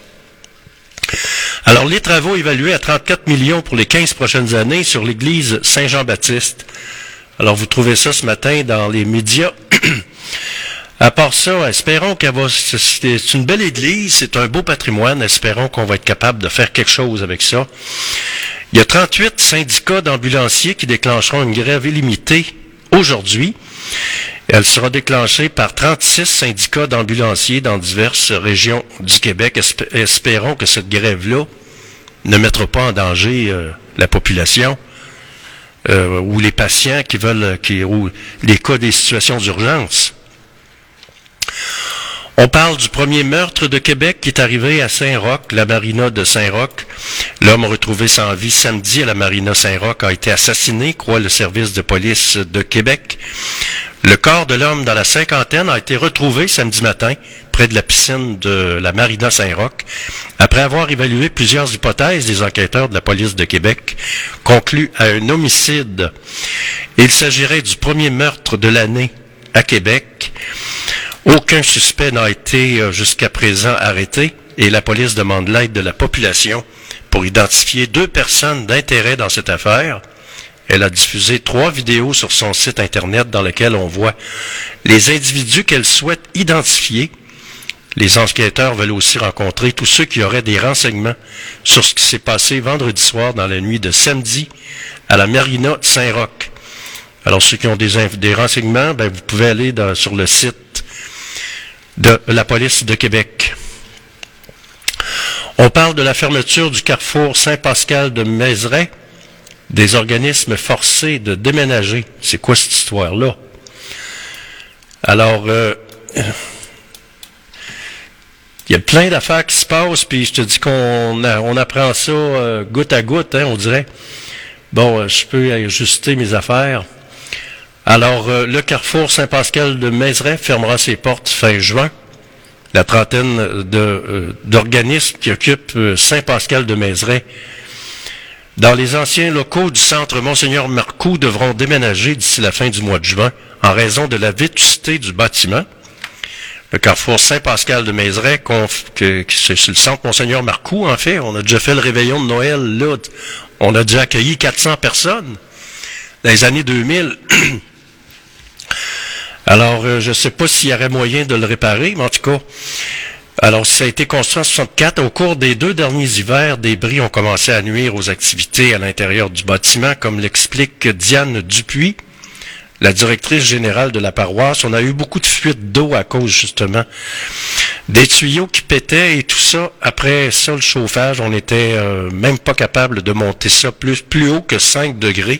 Alors, les travaux évalués à trente-quatre millions pour les quinze prochaines années sur l'église Saint-Jean-Baptiste. Alors, vous trouvez ça ce matin dans les médias. À part ça, espérons qu'elle va, c'est une belle église, c'est un beau patrimoine, espérons qu'on va être capable de faire quelque chose avec ça. Il y a trente-huit syndicats d'ambulanciers qui déclencheront une grève illimitée aujourd'hui. Elle sera déclenchée par trente-six syndicats d'ambulanciers dans diverses régions du Québec. Espérons que cette grève-là ne mettra pas en danger euh, la population euh, ou les patients qui veulent, qui, ou les cas des situations d'urgence. On parle du premier meurtre de Québec qui est arrivé à Saint-Roch, la marina de Saint-Roch. L'homme retrouvé sans vie samedi à la marina Saint-Roch a été assassiné, croit le service de police de Québec. Le corps de l'homme dans la cinquantaine a été retrouvé samedi matin près de la piscine de la marina Saint-Roch. Après avoir évalué plusieurs hypothèses, les enquêteurs de la police de Québec concluent à un homicide. Il s'agirait du premier meurtre de l'année à Québec. Aucun suspect n'a été euh, jusqu'à présent arrêté et la police demande l'aide de la population pour identifier deux personnes d'intérêt dans cette affaire. Elle a diffusé trois vidéos sur son site Internet dans lesquelles on voit les individus qu'elle souhaite identifier. Les enquêteurs veulent aussi rencontrer tous ceux qui auraient des renseignements sur ce qui s'est passé vendredi soir dans la nuit de samedi à la marina Saint-Roch. Alors, ceux qui ont des, inf- des renseignements, ben, vous pouvez aller dans, sur le site de la police de Québec. On parle de la fermeture du carrefour Saint-Pascal de Mézeray, des organismes forcés de déménager. C'est quoi cette histoire-là? Alors, euh, il y a plein d'affaires qui se passent, puis je te dis qu'on a, on apprend ça euh, goutte à goutte, hein, on dirait. Bon, euh, je peux ajuster mes affaires. Alors, euh, le carrefour Saint-Pascal de Mézeray fermera ses portes fin juin. La trentaine de, euh, d'organismes qui occupent euh, Saint-Pascal de Mézeray dans les anciens locaux du centre Monseigneur Marcoux devront déménager d'ici la fin du mois de juin en raison de la vétusté du bâtiment. Le carrefour Saint-Pascal de Mézeray, conf, que, que c'est sur le centre Monseigneur Marcoux, en fait. On a déjà fait le réveillon de Noël, là. On a déjà accueilli quatre cents personnes dans les années deux mille. Alors, euh, je ne sais pas s'il y aurait moyen de le réparer, mais en tout cas, alors ça a été construit en soixante-quatre. Au cours des deux derniers hivers, des bris ont commencé à nuire aux activités à l'intérieur du bâtiment, comme l'explique Diane Dupuis, la directrice générale de la paroisse. On a eu beaucoup de fuites d'eau à cause, justement, des tuyaux qui pétaient et tout ça. Après ça, le chauffage, on n'était euh, même pas capable de monter ça plus, plus haut que cinq degrés.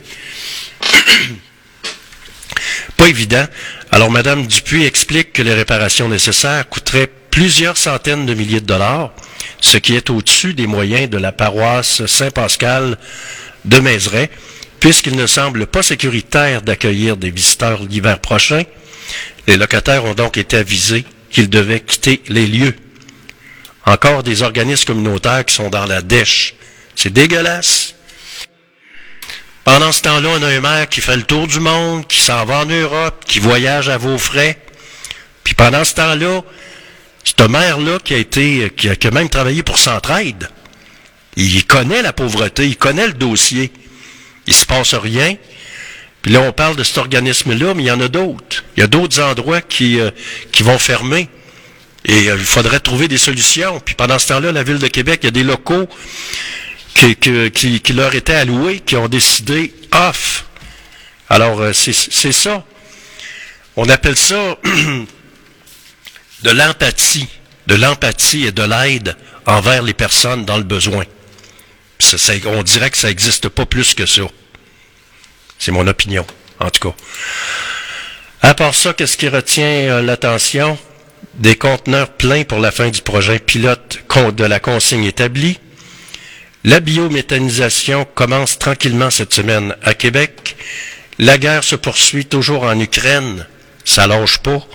Pas évident. Alors, Mme Dupuis explique que les réparations nécessaires coûteraient plusieurs centaines de milliers de dollars, ce qui est au-dessus des moyens de la paroisse Saint-Pascal de Mézeray, puisqu'il ne semble pas sécuritaire d'accueillir des visiteurs l'hiver prochain. Les locataires ont donc été avisés qu'ils devaient quitter les lieux. Encore des organismes communautaires qui sont dans la dèche. C'est dégueulasse. Pendant ce temps-là, on a un maire qui fait le tour du monde, qui s'en va en Europe, qui voyage à vos frais. Puis pendant ce temps-là, c'est un maire-là qui a été, qui a, qui a même travaillé pour Centraide. Il connaît la pauvreté, il connaît le dossier. Il se passe rien. Puis là, on parle de cet organisme-là, mais il y en a d'autres. Il y a d'autres endroits qui, euh, qui vont fermer. Et euh, il faudrait trouver des solutions. Puis pendant ce temps-là, la Ville de Québec, il y a des locaux Qui, qui, qui, qui leur étaient alloués, qui ont décidé off. Alors, euh, c'est, c'est ça. On appelle ça de l'empathie, de l'empathie et de l'aide envers les personnes dans le besoin. Ça, ça, on dirait que ça n'existe pas plus que ça. C'est mon opinion, en tout cas. À part ça, qu'est-ce qui retient euh, l'attention? Des conteneurs pleins pour la fin du projet pilote de la consigne établie. La biométhanisation commence tranquillement cette semaine à Québec. La guerre se poursuit toujours en Ukraine. Ça lâche pas.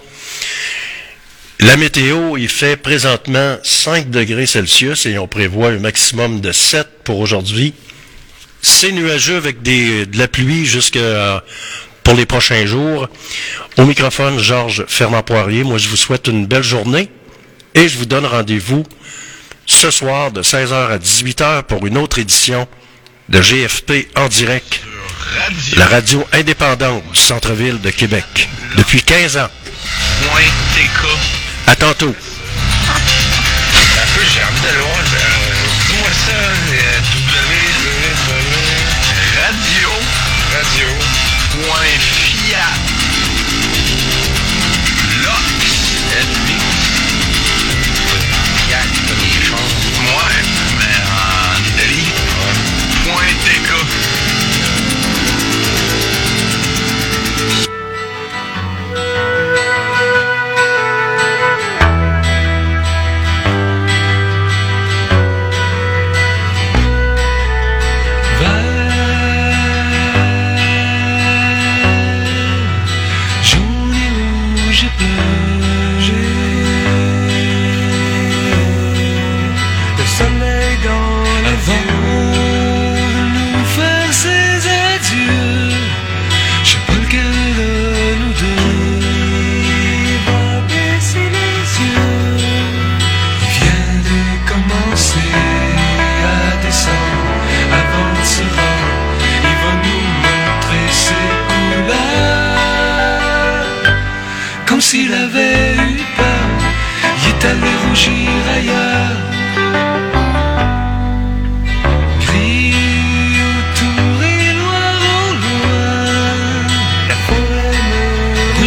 La météo, il fait présentement cinq degrés Celsius et on prévoit un maximum de sept pour aujourd'hui. C'est nuageux avec des, de la pluie jusqu'à pour les prochains jours. Au microphone, Georges Fernand-Poirier. Moi, je vous souhaite une belle journée et je vous donne rendez-vous ce soir de seize heures à dix-huit heures pour une autre édition de G F P en direct, radio. La radio indépendante du centre-ville de Québec, depuis quinze ans. Point T K. À tantôt. Un peu, j'ai envie d'aller voir, euh, dis-moi ça, euh, W, radio, radio, point fiat, lox, L-V. Ouais, mais en Italie, point T K.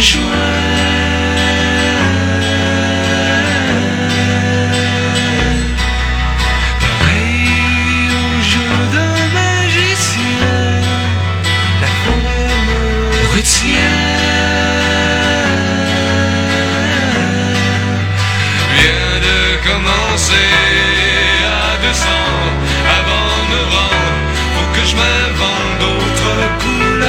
Pareil au jeu d'un magicien, la forêt me retient. Vient de commencer à descendre avant novembre, faut que je m'invente d'autres couleurs.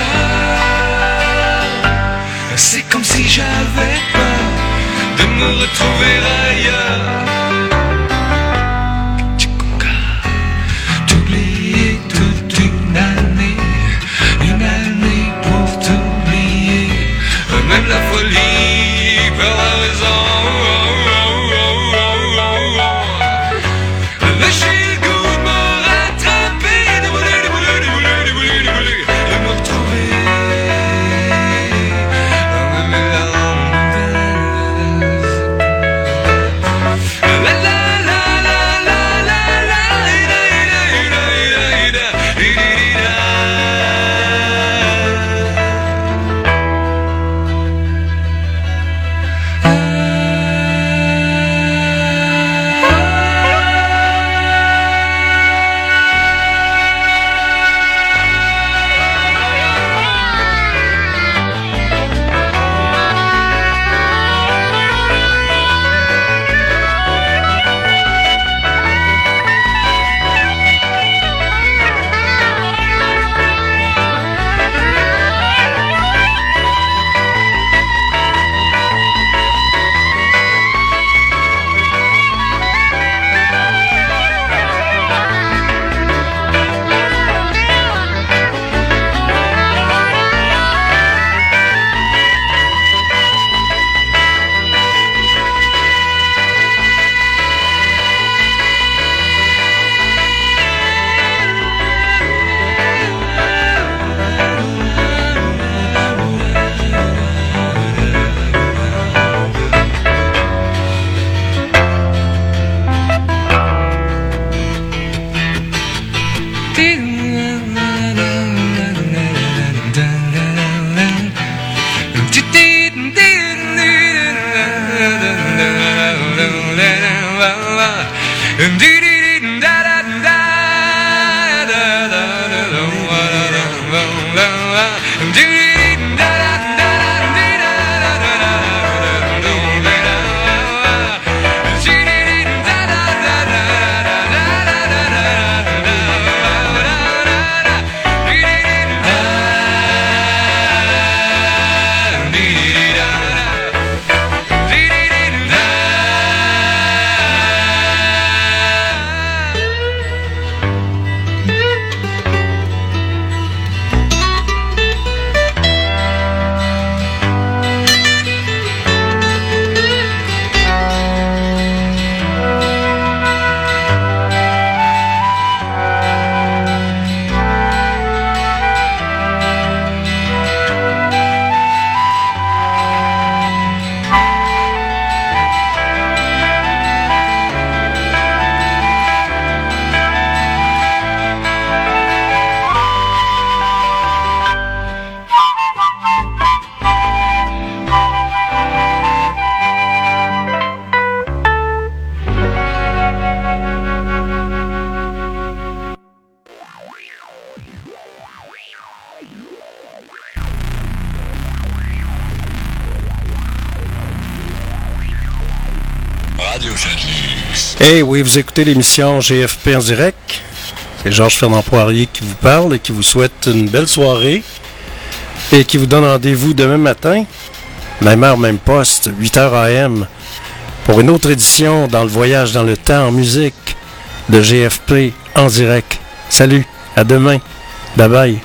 C'est comme si j'avais peur de me retrouver ailleurs. T'oublier toute une année, une année pour t'oublier. Même la folie perd la raison. Mais j'ai le goût de me rattraper, de voler, de voler, de voler, de voler, de voler, de me retrouver. La la la la la la la, ida ida ida ida ida ida. Hey, oui, vous écoutez l'émission G F P en direct. C'est Georges Fernand Poirier qui vous parle et qui vous souhaite une belle soirée et qui vous donne rendez-vous demain matin, même heure, même poste, huit heures A M, pour une autre édition dans le voyage dans le temps en musique de G F P en direct. Salut, à demain. Bye bye.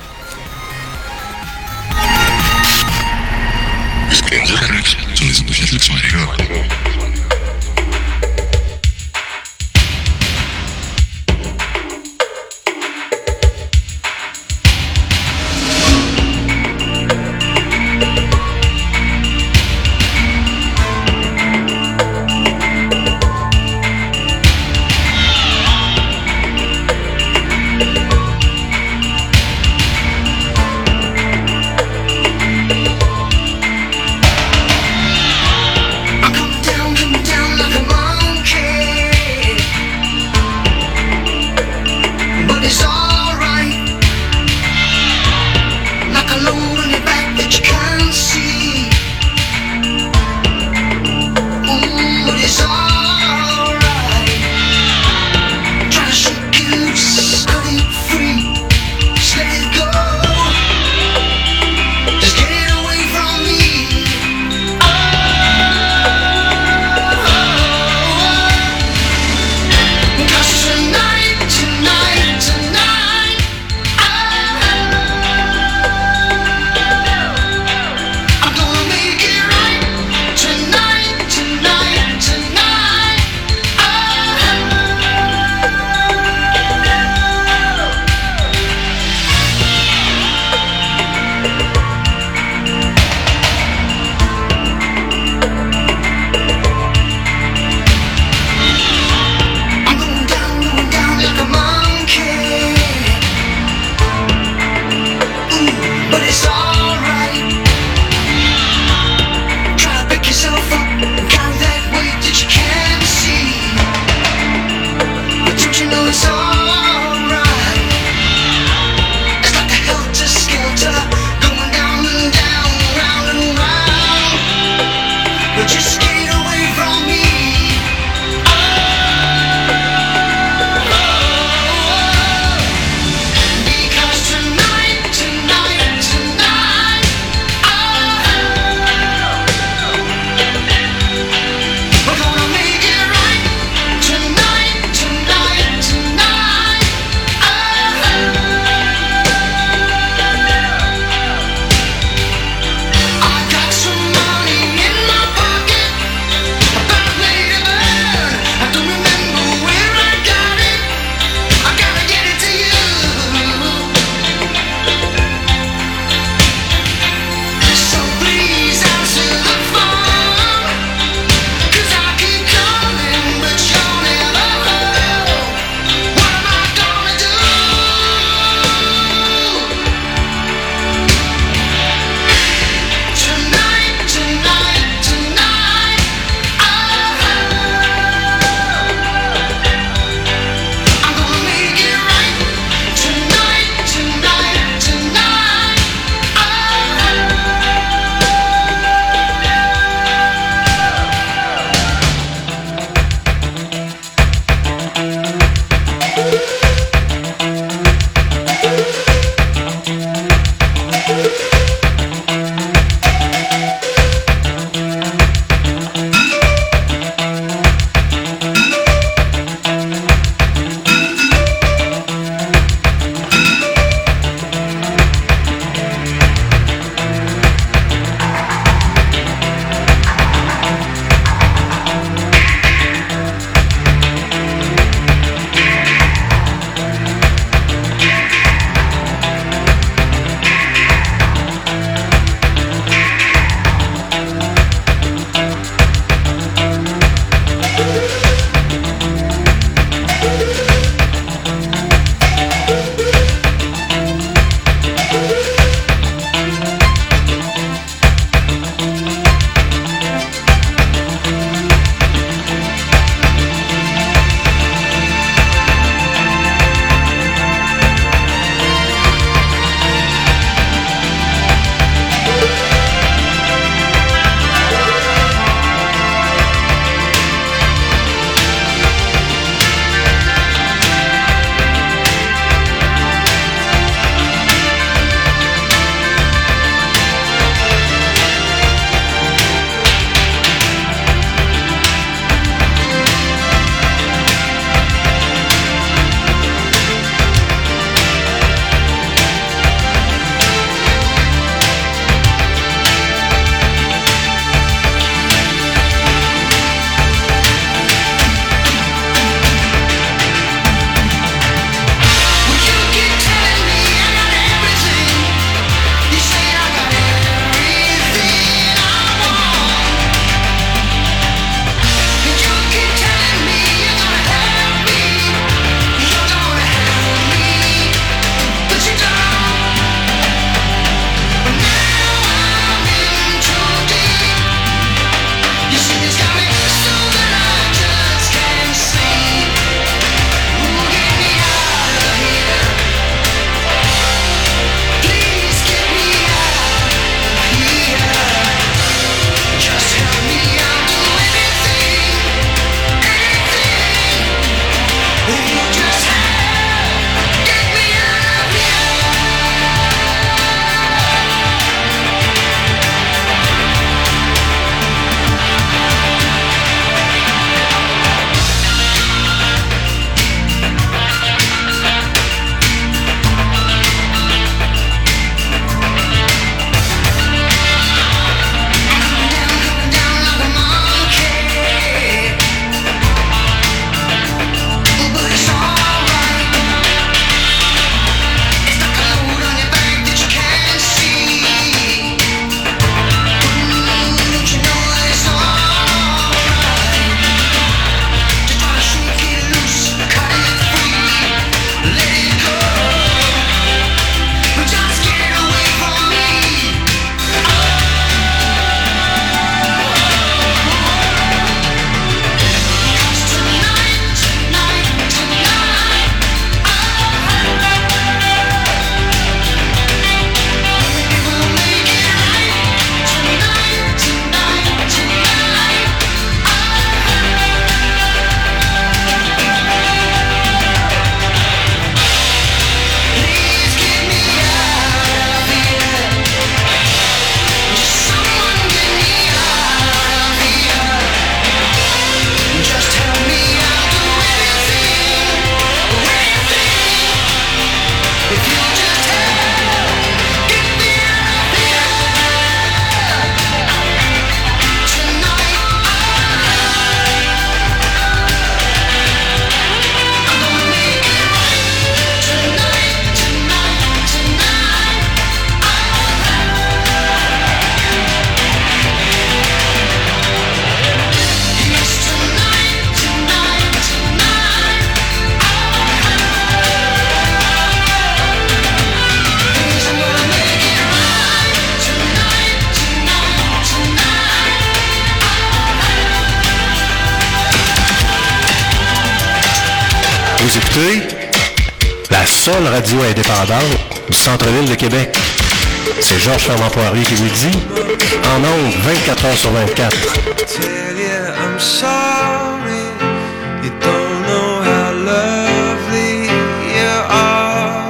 Vous écoutez la seule radio indépendante du centre-ville de Québec. C'est Georges Fermant-Poirier qui vous le dit. En ondes, vingt-quatre heures sur vingt-quatre. Tell you I'm sorry, you don't know how lovely you are.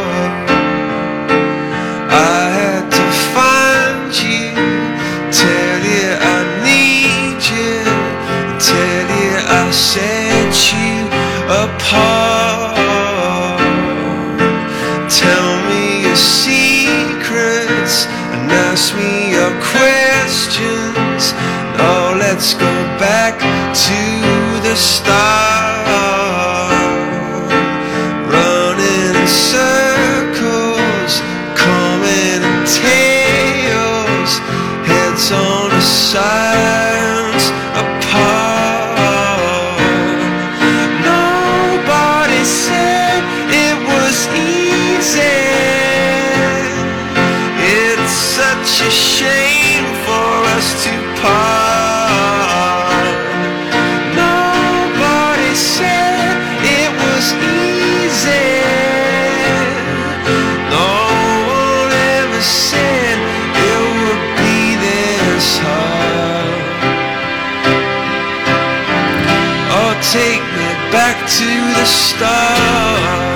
I had to find you, tell you I need you, tell you I set you apart. Tell me your secrets and ask me your questions. Oh, let's go back to the start. Running in circles, coming in tails, heads on the sides apart. Nobody said it was easy. It's such a shame for us to part. Nobody said it was easy. No one ever said it would be this hard. Oh, take me back to the start.